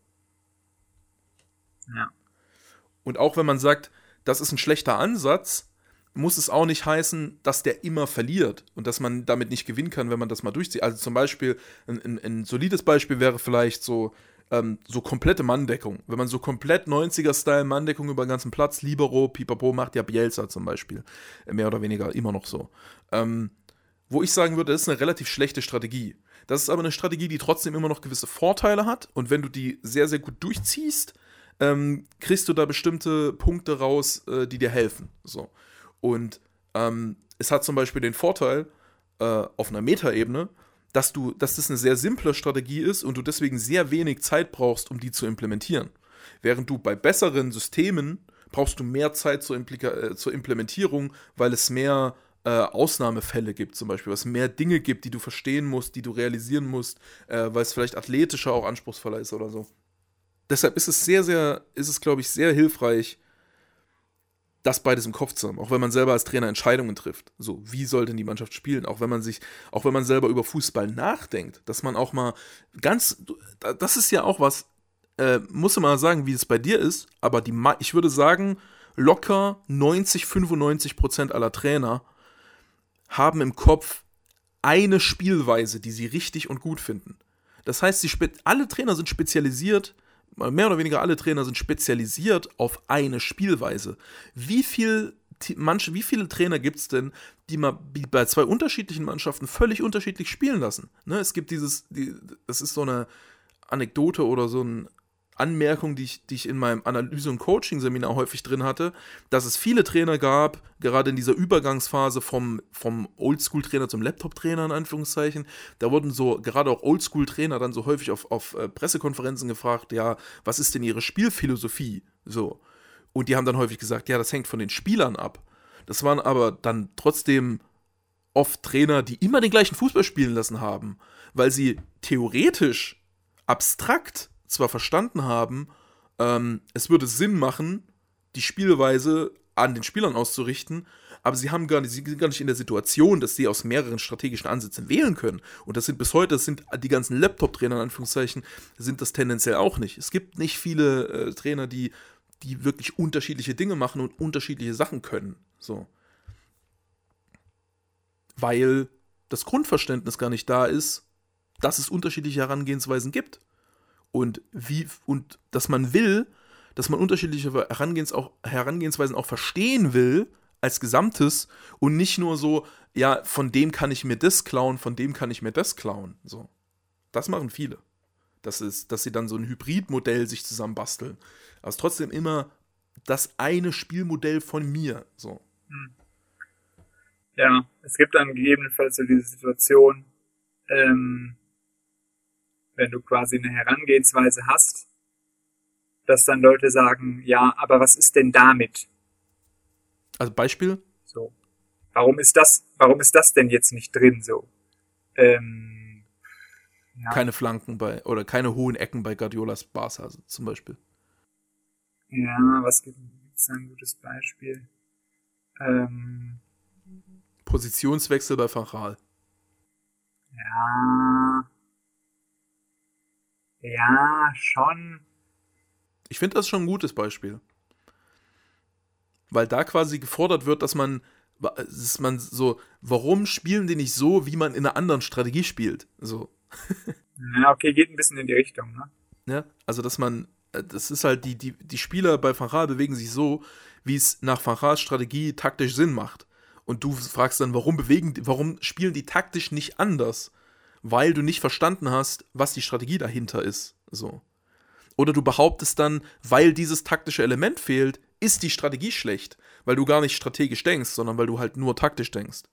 Ja. Und auch wenn man sagt, das ist ein schlechter Ansatz, muss es auch nicht heißen, dass der immer verliert und dass man damit nicht gewinnen kann, wenn man das mal durchzieht. Also zum Beispiel, ein, ein, ein solides Beispiel wäre vielleicht so, ähm, so komplette Manndeckung. Wenn man so komplett neunziger-Style Manndeckung über den ganzen Platz, Libero, Pipapo, macht ja Bielsa zum Beispiel. Mehr oder weniger immer noch so. Ähm, wo ich sagen würde, das ist eine relativ schlechte Strategie. Das ist aber eine Strategie, die trotzdem immer noch gewisse Vorteile hat und wenn du die sehr, sehr gut durchziehst, ähm, kriegst du da bestimmte Punkte raus, äh, die dir helfen. So. Und ähm, es hat zum Beispiel den Vorteil, äh, auf einer Metaebene, dass du, dass das eine sehr simple Strategie ist und du deswegen sehr wenig Zeit brauchst, um die zu implementieren. Während du bei besseren Systemen brauchst du mehr Zeit zur, Implika- äh, zur Implementierung, weil es mehr äh, Ausnahmefälle gibt, zum Beispiel, weil es mehr Dinge gibt, die du verstehen musst, die du realisieren musst, äh, weil es vielleicht athletischer auch anspruchsvoller ist oder so. Deshalb ist es sehr, sehr, ist es, glaube ich, sehr hilfreich, das beides im Kopf zu haben, auch wenn man selber als Trainer Entscheidungen trifft. So, wie soll denn die Mannschaft spielen? Auch wenn man sich, auch wenn man selber über Fußball nachdenkt, dass man auch mal ganz, das ist ja auch was, äh, muss man mal sagen, wie es bei dir ist, aber die, ich würde sagen, locker neunzig, fünfundneunzig Prozent aller Trainer haben im Kopf eine Spielweise, die sie richtig und gut finden. Das heißt, sie alle Trainer sind spezialisiert, mehr oder weniger alle Trainer sind spezialisiert auf eine Spielweise. Wie viel, manche, wie viele Trainer gibt es denn, die mal bei zwei unterschiedlichen Mannschaften völlig unterschiedlich spielen lassen? Ne, es gibt dieses, die, das ist so eine Anekdote oder so eine Anmerkung, die ich, die ich in meinem Analyse- und Coaching-Seminar häufig drin hatte, dass es viele Trainer gab, gerade in dieser Übergangsphase vom, vom Oldschool-Trainer zum Laptop-Trainer, in Anführungszeichen, da wurden so, gerade auch Oldschool-Trainer dann so häufig auf, auf äh, Pressekonferenzen gefragt, ja, was ist denn ihre Spielphilosophie? So. Und die haben dann häufig gesagt, ja, das hängt von den Spielern ab. Das waren aber dann trotzdem oft Trainer, die immer den gleichen Fußball spielen lassen haben, weil sie theoretisch, abstrakt zwar verstanden haben, ähm, es würde Sinn machen, die Spielweise an den Spielern auszurichten, aber sie haben gar nicht, sie sind gar nicht in der Situation, dass sie aus mehreren strategischen Ansätzen wählen können. Und das sind bis heute, das sind die ganzen Laptop-Trainer, in Anführungszeichen, sind das tendenziell auch nicht. Es gibt nicht viele äh, Trainer, die, die wirklich unterschiedliche Dinge machen und unterschiedliche Sachen können. So. Weil das Grundverständnis gar nicht da ist, dass es unterschiedliche Herangehensweisen gibt. Und wie, und dass man will, dass man unterschiedliche Herangehens auch, Herangehensweisen auch verstehen will, als Gesamtes und nicht nur so, ja, von dem kann ich mir das klauen, von dem kann ich mir das klauen. So. Das machen viele. Das ist, dass sie dann so ein Hybridmodell sich zusammenbasteln. Aber es ist trotzdem immer das eine Spielmodell von mir. So. Ja, es gibt dann gegebenenfalls so diese Situation, ähm, wenn du quasi eine Herangehensweise hast, dass dann Leute sagen, ja, aber was ist denn damit? Also Beispiel? So. Warum ist das, warum ist das denn jetzt nicht drin so? Ähm, ja. Keine Flanken bei, oder keine hohen Ecken bei Guardiolas Barca zum Beispiel. Ja, was gibt es ein gutes Beispiel? Ähm, Positionswechsel bei Van Gaal. Ja. Ja, schon. Ich finde das schon ein gutes Beispiel. Weil da quasi gefordert wird, dass man, dass man so, warum spielen die nicht so, wie man in einer anderen Strategie spielt? So. Ja, okay, geht ein bisschen in die Richtung, ne? Ja, also dass man, das ist halt, die, die, die Spieler bei Van Gaal bewegen sich so, wie es nach Van Gaals Strategie taktisch Sinn macht. Und du fragst dann, warum bewegen, warum spielen die taktisch nicht anders? Weil du nicht verstanden hast, was die Strategie dahinter ist. So. Oder du behauptest dann, weil dieses taktische Element fehlt, ist die Strategie schlecht. Weil du gar nicht strategisch denkst, sondern weil du halt nur taktisch denkst.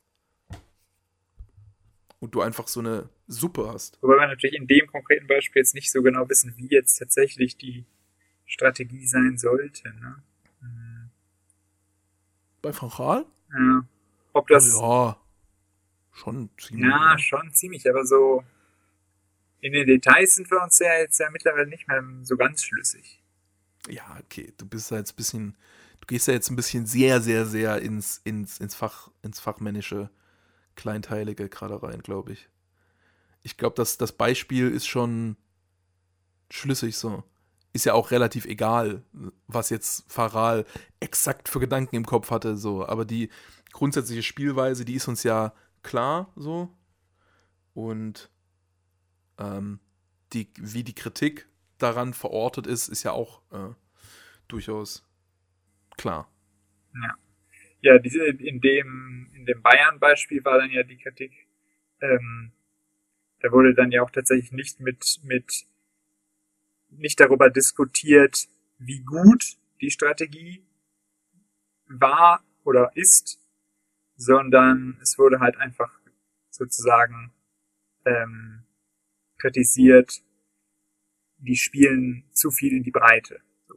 Und du einfach so eine Suppe hast. Wobei wir natürlich in dem konkreten Beispiel jetzt nicht so genau wissen, wie jetzt tatsächlich die Strategie sein sollte. Ne? Hm. Bei Van Gaal? Ja. Ob das... Ja. Schon ziemlich. Ja, schon ziemlich, aber so in den Details sind wir uns ja jetzt ja mittlerweile nicht mehr so ganz schlüssig. Ja, okay, du bist da jetzt ein bisschen, du gehst ja jetzt ein bisschen sehr, sehr, sehr ins, ins, ins Fach, ins fachmännische, kleinteilige gerade rein, glaube ich. Ich glaube, dass das Beispiel ist schon schlüssig so. Ist ja auch relativ egal, was jetzt Faral exakt für Gedanken im Kopf hatte, so. Aber die grundsätzliche Spielweise, die ist uns ja klar, so. Und ähm, die, wie die Kritik daran verortet ist, ist ja auch äh, durchaus klar. Ja, ja diese, in dem, in dem Bayern-Beispiel war dann ja die Kritik, ähm, da wurde dann ja auch tatsächlich nicht mit, mit nicht darüber diskutiert, wie gut die Strategie war oder ist, sondern es wurde halt einfach sozusagen ähm, kritisiert, die spielen zu viel in die Breite. So.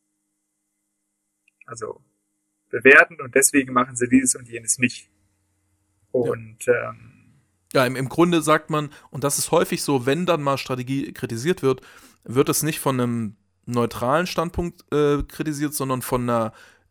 Also bewerten und deswegen machen sie dieses und jenes nicht. Und ja, ähm, ja im, im Grunde sagt man, und das ist häufig so, wenn dann mal Strategie kritisiert wird, wird es nicht von einem neutralen Standpunkt äh, kritisiert, sondern von einer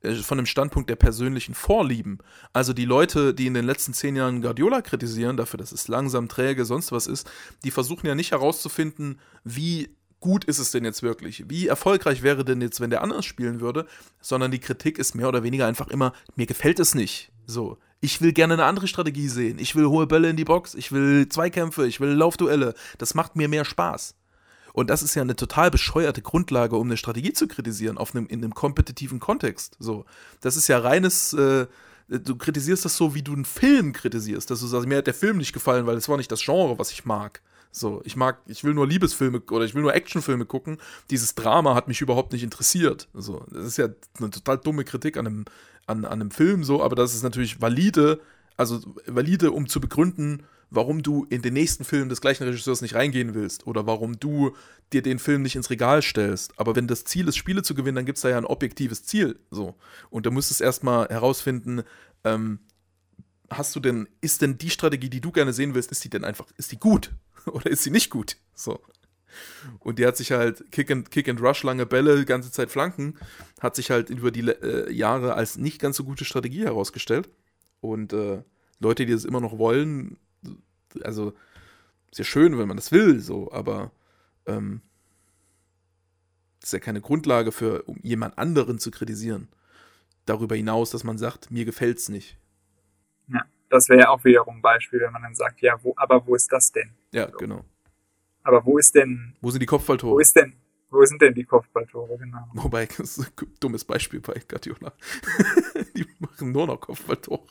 von dem Standpunkt der persönlichen Vorlieben. Also die Leute, die in den letzten zehn Jahren Guardiola kritisieren, dafür, dass es langsam, träge, sonst was ist, die versuchen ja nicht herauszufinden, wie gut ist es denn jetzt wirklich? Wie erfolgreich wäre denn jetzt, wenn der anders spielen würde? Sondern die Kritik ist mehr oder weniger einfach immer, mir gefällt es nicht. So, ich will gerne eine andere Strategie sehen. Ich will hohe Bälle in die Box, ich will Zweikämpfe, ich will Laufduelle. Das macht mir mehr Spaß. Und das ist ja eine total bescheuerte Grundlage, um eine Strategie zu kritisieren, auf einem, in einem kompetitiven Kontext. So, das ist ja reines, äh, du kritisierst das so, wie du einen Film kritisierst. Dass du sagst, mir hat der Film nicht gefallen, weil es war nicht das Genre, was ich mag. So, ich mag, ich will nur Liebesfilme oder ich will nur Actionfilme gucken. Dieses Drama hat mich überhaupt nicht interessiert. So, das ist ja eine total dumme Kritik an einem, an, an einem Film, so, aber das ist natürlich valide, also valide, um zu begründen, warum du in den nächsten Film des gleichen Regisseurs nicht reingehen willst oder warum du dir den Film nicht ins Regal stellst. Aber wenn das Ziel ist, Spiele zu gewinnen, dann gibt es da ja ein objektives Ziel. So. Und da musst du es erstmal herausfinden, ähm, hast du denn, ist denn die Strategie, die du gerne sehen willst, ist die denn einfach, ist die gut oder ist sie nicht gut? So. Und die hat sich halt Kick and, Kick and Rush, lange Bälle, ganze Zeit Flanken, hat sich halt über die äh, Jahre als nicht ganz so gute Strategie herausgestellt. Und äh, Leute, die das immer noch wollen, also sehr schön, wenn man das will, so, aber ähm, das ist ja keine Grundlage für, um jemand anderen zu kritisieren. Darüber hinaus, dass man sagt, mir gefällt's nicht. Ja, das wäre ja auch wiederum ein Beispiel, wenn man dann sagt, ja, wo, aber wo ist das denn? Ja, so. Genau. Aber wo ist denn... Wo sind die Kopfballtore? Wo ist denn... Wo sind denn die Kopfballtore, genau? Wobei, das ist ein dummes Beispiel bei Guardiola. Die machen nur noch Kopfballtore.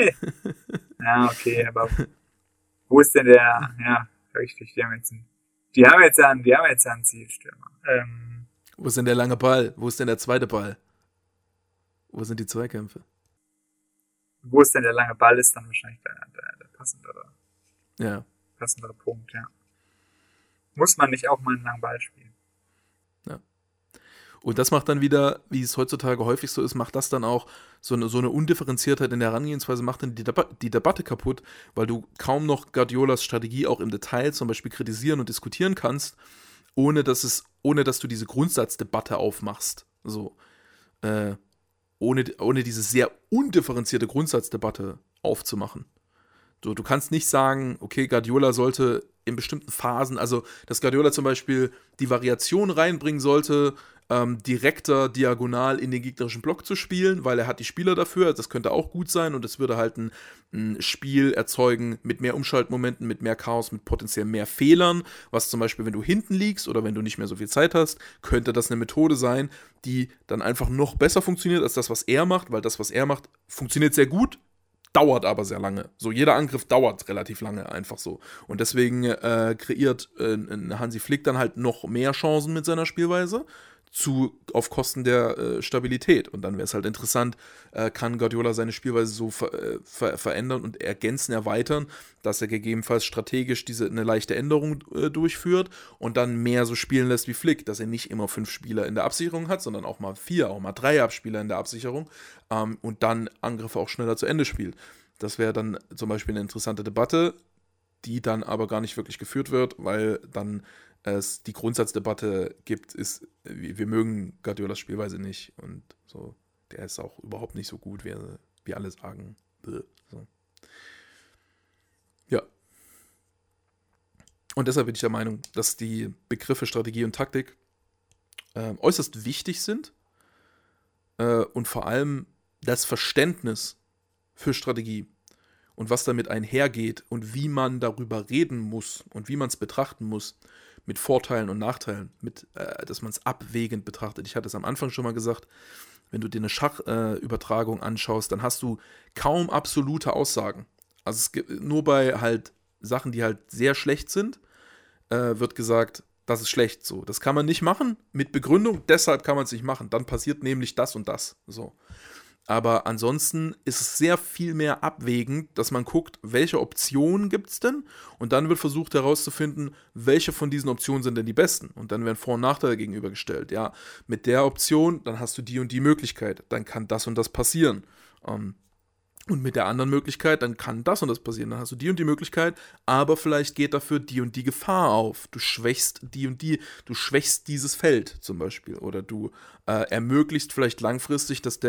Ja, okay, aber wo ist denn der... Ja, richtig, die haben jetzt einen... Die haben jetzt einen, die haben jetzt einen Zielstürmer. Ähm, Wo ist denn der lange Ball? Wo ist denn der zweite Ball? Wo sind die Zweikämpfe? Wo ist denn der lange Ball, ist dann wahrscheinlich der, der, der passendere, Ja. passendere Punkt, ja. Muss man nicht auch mal einen langen Ball spielen? Und das macht dann wieder, wie es heutzutage häufig so ist, macht das dann auch so eine, so eine Undifferenziertheit in der Herangehensweise, macht dann die, Deba- die Debatte kaputt, weil du kaum noch Guardiolas Strategie auch im Detail zum Beispiel kritisieren und diskutieren kannst, ohne dass es, ohne dass du diese Grundsatzdebatte aufmachst. So, äh, ohne, ohne diese sehr undifferenzierte Grundsatzdebatte aufzumachen. So, du kannst nicht sagen, okay, Guardiola sollte in bestimmten Phasen, also dass Guardiola zum Beispiel die Variation reinbringen sollte, ähm, direkter diagonal in den gegnerischen Block zu spielen, weil er hat die Spieler dafür, das könnte auch gut sein und es würde halt ein, ein Spiel erzeugen mit mehr Umschaltmomenten, mit mehr Chaos, mit potenziell mehr Fehlern, was zum Beispiel, wenn du hinten liegst oder wenn du nicht mehr so viel Zeit hast, könnte das eine Methode sein, die dann einfach noch besser funktioniert als das, was er macht, weil das, was er macht, funktioniert sehr gut, dauert aber sehr lange. So, jeder Angriff dauert relativ lange, einfach so. Und deswegen äh, kreiert äh, Hansi Flick dann halt noch mehr Chancen mit seiner Spielweise zu, auf Kosten der äh, Stabilität. Und dann wäre es halt interessant, äh, kann Guardiola seine Spielweise so ver, äh, ver, verändern und ergänzen, erweitern, dass er gegebenenfalls strategisch diese eine leichte Änderung äh, durchführt und dann mehr so spielen lässt wie Flick, dass er nicht immer fünf Spieler in der Absicherung hat, sondern auch mal vier, auch mal drei Abspieler in der Absicherung ähm, und dann Angriffe auch schneller zu Ende spielt. Das wäre dann zum Beispiel eine interessante Debatte, die dann aber gar nicht wirklich geführt wird, weil dann es die Grundsatzdebatte gibt, ist, wir mögen Guardiolas Spielweise nicht und so, der ist auch überhaupt nicht so gut, wie, wie alle sagen. So. Ja. Und deshalb bin ich der Meinung, dass die Begriffe Strategie und Taktik äh, äußerst wichtig sind äh, und vor allem das Verständnis für Strategie und was damit einhergeht und wie man darüber reden muss und wie man es betrachten muss, mit Vorteilen und Nachteilen, mit, äh, dass man es abwägend betrachtet. Ich hatte es am Anfang schon mal gesagt, wenn du dir eine Schachübertragung äh, anschaust, dann hast du kaum absolute Aussagen. Also es gibt nur bei halt Sachen, die halt sehr schlecht sind, äh, wird gesagt, das ist schlecht so. Das kann man nicht machen mit Begründung, deshalb kann man es nicht machen. Dann passiert nämlich das und das. So. Aber ansonsten ist es sehr viel mehr abwägend, dass man guckt, welche Optionen gibt es denn? Und dann wird versucht herauszufinden, welche von diesen Optionen sind denn die besten? Und dann werden Vor- und Nachteile gegenübergestellt. Ja, mit der Option, dann hast du die und die Möglichkeit. Dann kann das und das passieren. Ähm, und mit der anderen Möglichkeit, dann kann das und das passieren. Dann hast du die und die Möglichkeit, aber vielleicht geht dafür die und die Gefahr auf. Du schwächst die und die, du schwächst dieses Feld zum Beispiel. Oder du äh, ermöglichst vielleicht langfristig, dass der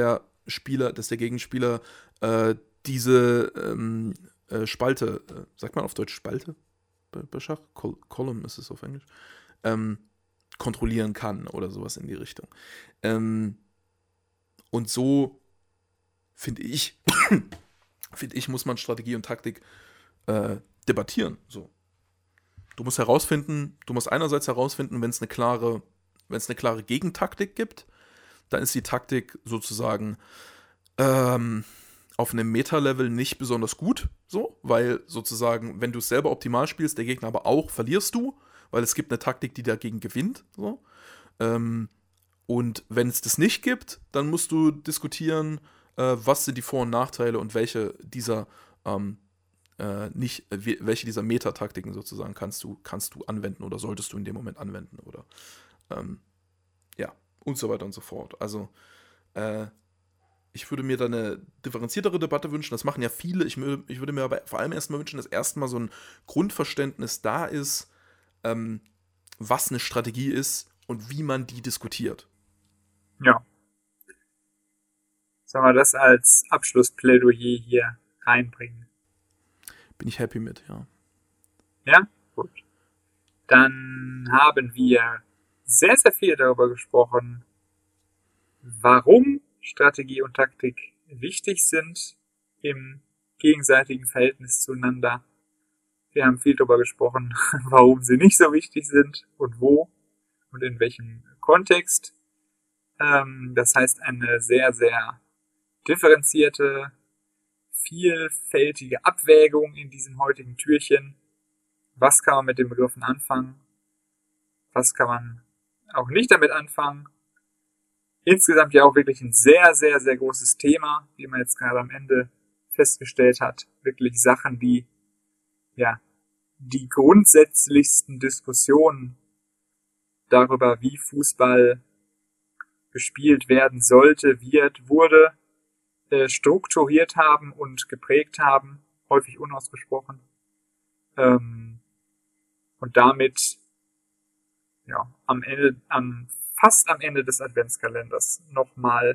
Spieler, dass der Gegenspieler äh, diese ähm, äh, Spalte, äh, sagt man auf Deutsch Spalte bei, bei Schach? Col- Column ist es auf Englisch. Ähm, kontrollieren kann oder sowas in die Richtung. Ähm, und so finde ich, finde ich, muss man Strategie und Taktik äh, debattieren. So. Du musst herausfinden, du musst einerseits herausfinden, wenn es eine klare, wenn es eine klare Gegentaktik gibt, dann ist die Taktik sozusagen ähm, auf einem Meta-Level nicht besonders gut, so, weil sozusagen, wenn du es selber optimal spielst, der Gegner aber auch, verlierst du, weil es gibt eine Taktik, die dagegen gewinnt, so. Ähm, und wenn es das nicht gibt, dann musst du diskutieren, äh, was sind die Vor- und Nachteile und welche dieser ähm, äh, nicht, äh, welche dieser Meta-Taktiken sozusagen kannst du, kannst du anwenden oder solltest du in dem Moment anwenden oder ähm, ja, und so weiter und so fort. Also äh, ich würde mir da eine differenziertere Debatte wünschen. Das machen ja viele. Ich, mö- ich würde mir aber vor allem erstmal wünschen, dass erstmal so ein Grundverständnis da ist, ähm, was eine Strategie ist und wie man die diskutiert. Ja. Sollen wir das als Abschlussplädoyer hier reinbringen? Bin ich happy mit, ja. Ja? Gut. Dann haben wir sehr, sehr viel darüber gesprochen, warum Strategie und Taktik wichtig sind im gegenseitigen Verhältnis zueinander. Wir haben viel darüber gesprochen, warum sie nicht so wichtig sind und wo und in welchem Kontext. Ähm, das heißt, eine sehr, sehr differenzierte, vielfältige Abwägung in diesem heutigen Türchen. Was kann man mit den Begriffen anfangen? Was kann man auch nicht damit anfangen? Insgesamt ja auch wirklich ein sehr, sehr, sehr großes Thema, wie man jetzt gerade am Ende festgestellt hat. Wirklich Sachen, die ja die grundsätzlichsten Diskussionen darüber, wie Fußball gespielt werden sollte, wird, wurde, äh, strukturiert haben und geprägt haben, häufig unausgesprochen. Ähm, und damit ja am Ende, am fast am Ende des Adventskalenders nochmal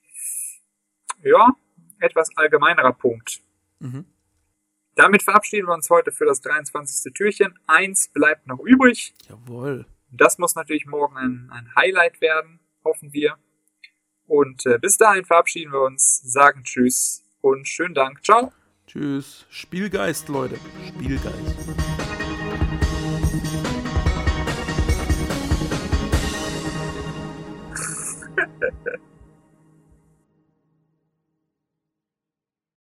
ja, etwas allgemeinerer Punkt. Mhm. Damit verabschieden wir uns heute für das dreiundzwanzigste Türchen. Eins bleibt noch übrig. Jawohl. Das muss natürlich morgen ein, ein Highlight werden, hoffen wir. Und äh, bis dahin verabschieden wir uns, sagen Tschüss und schönen Dank. Ciao. Tschüss. Spielgeist, Leute. Spielgeist.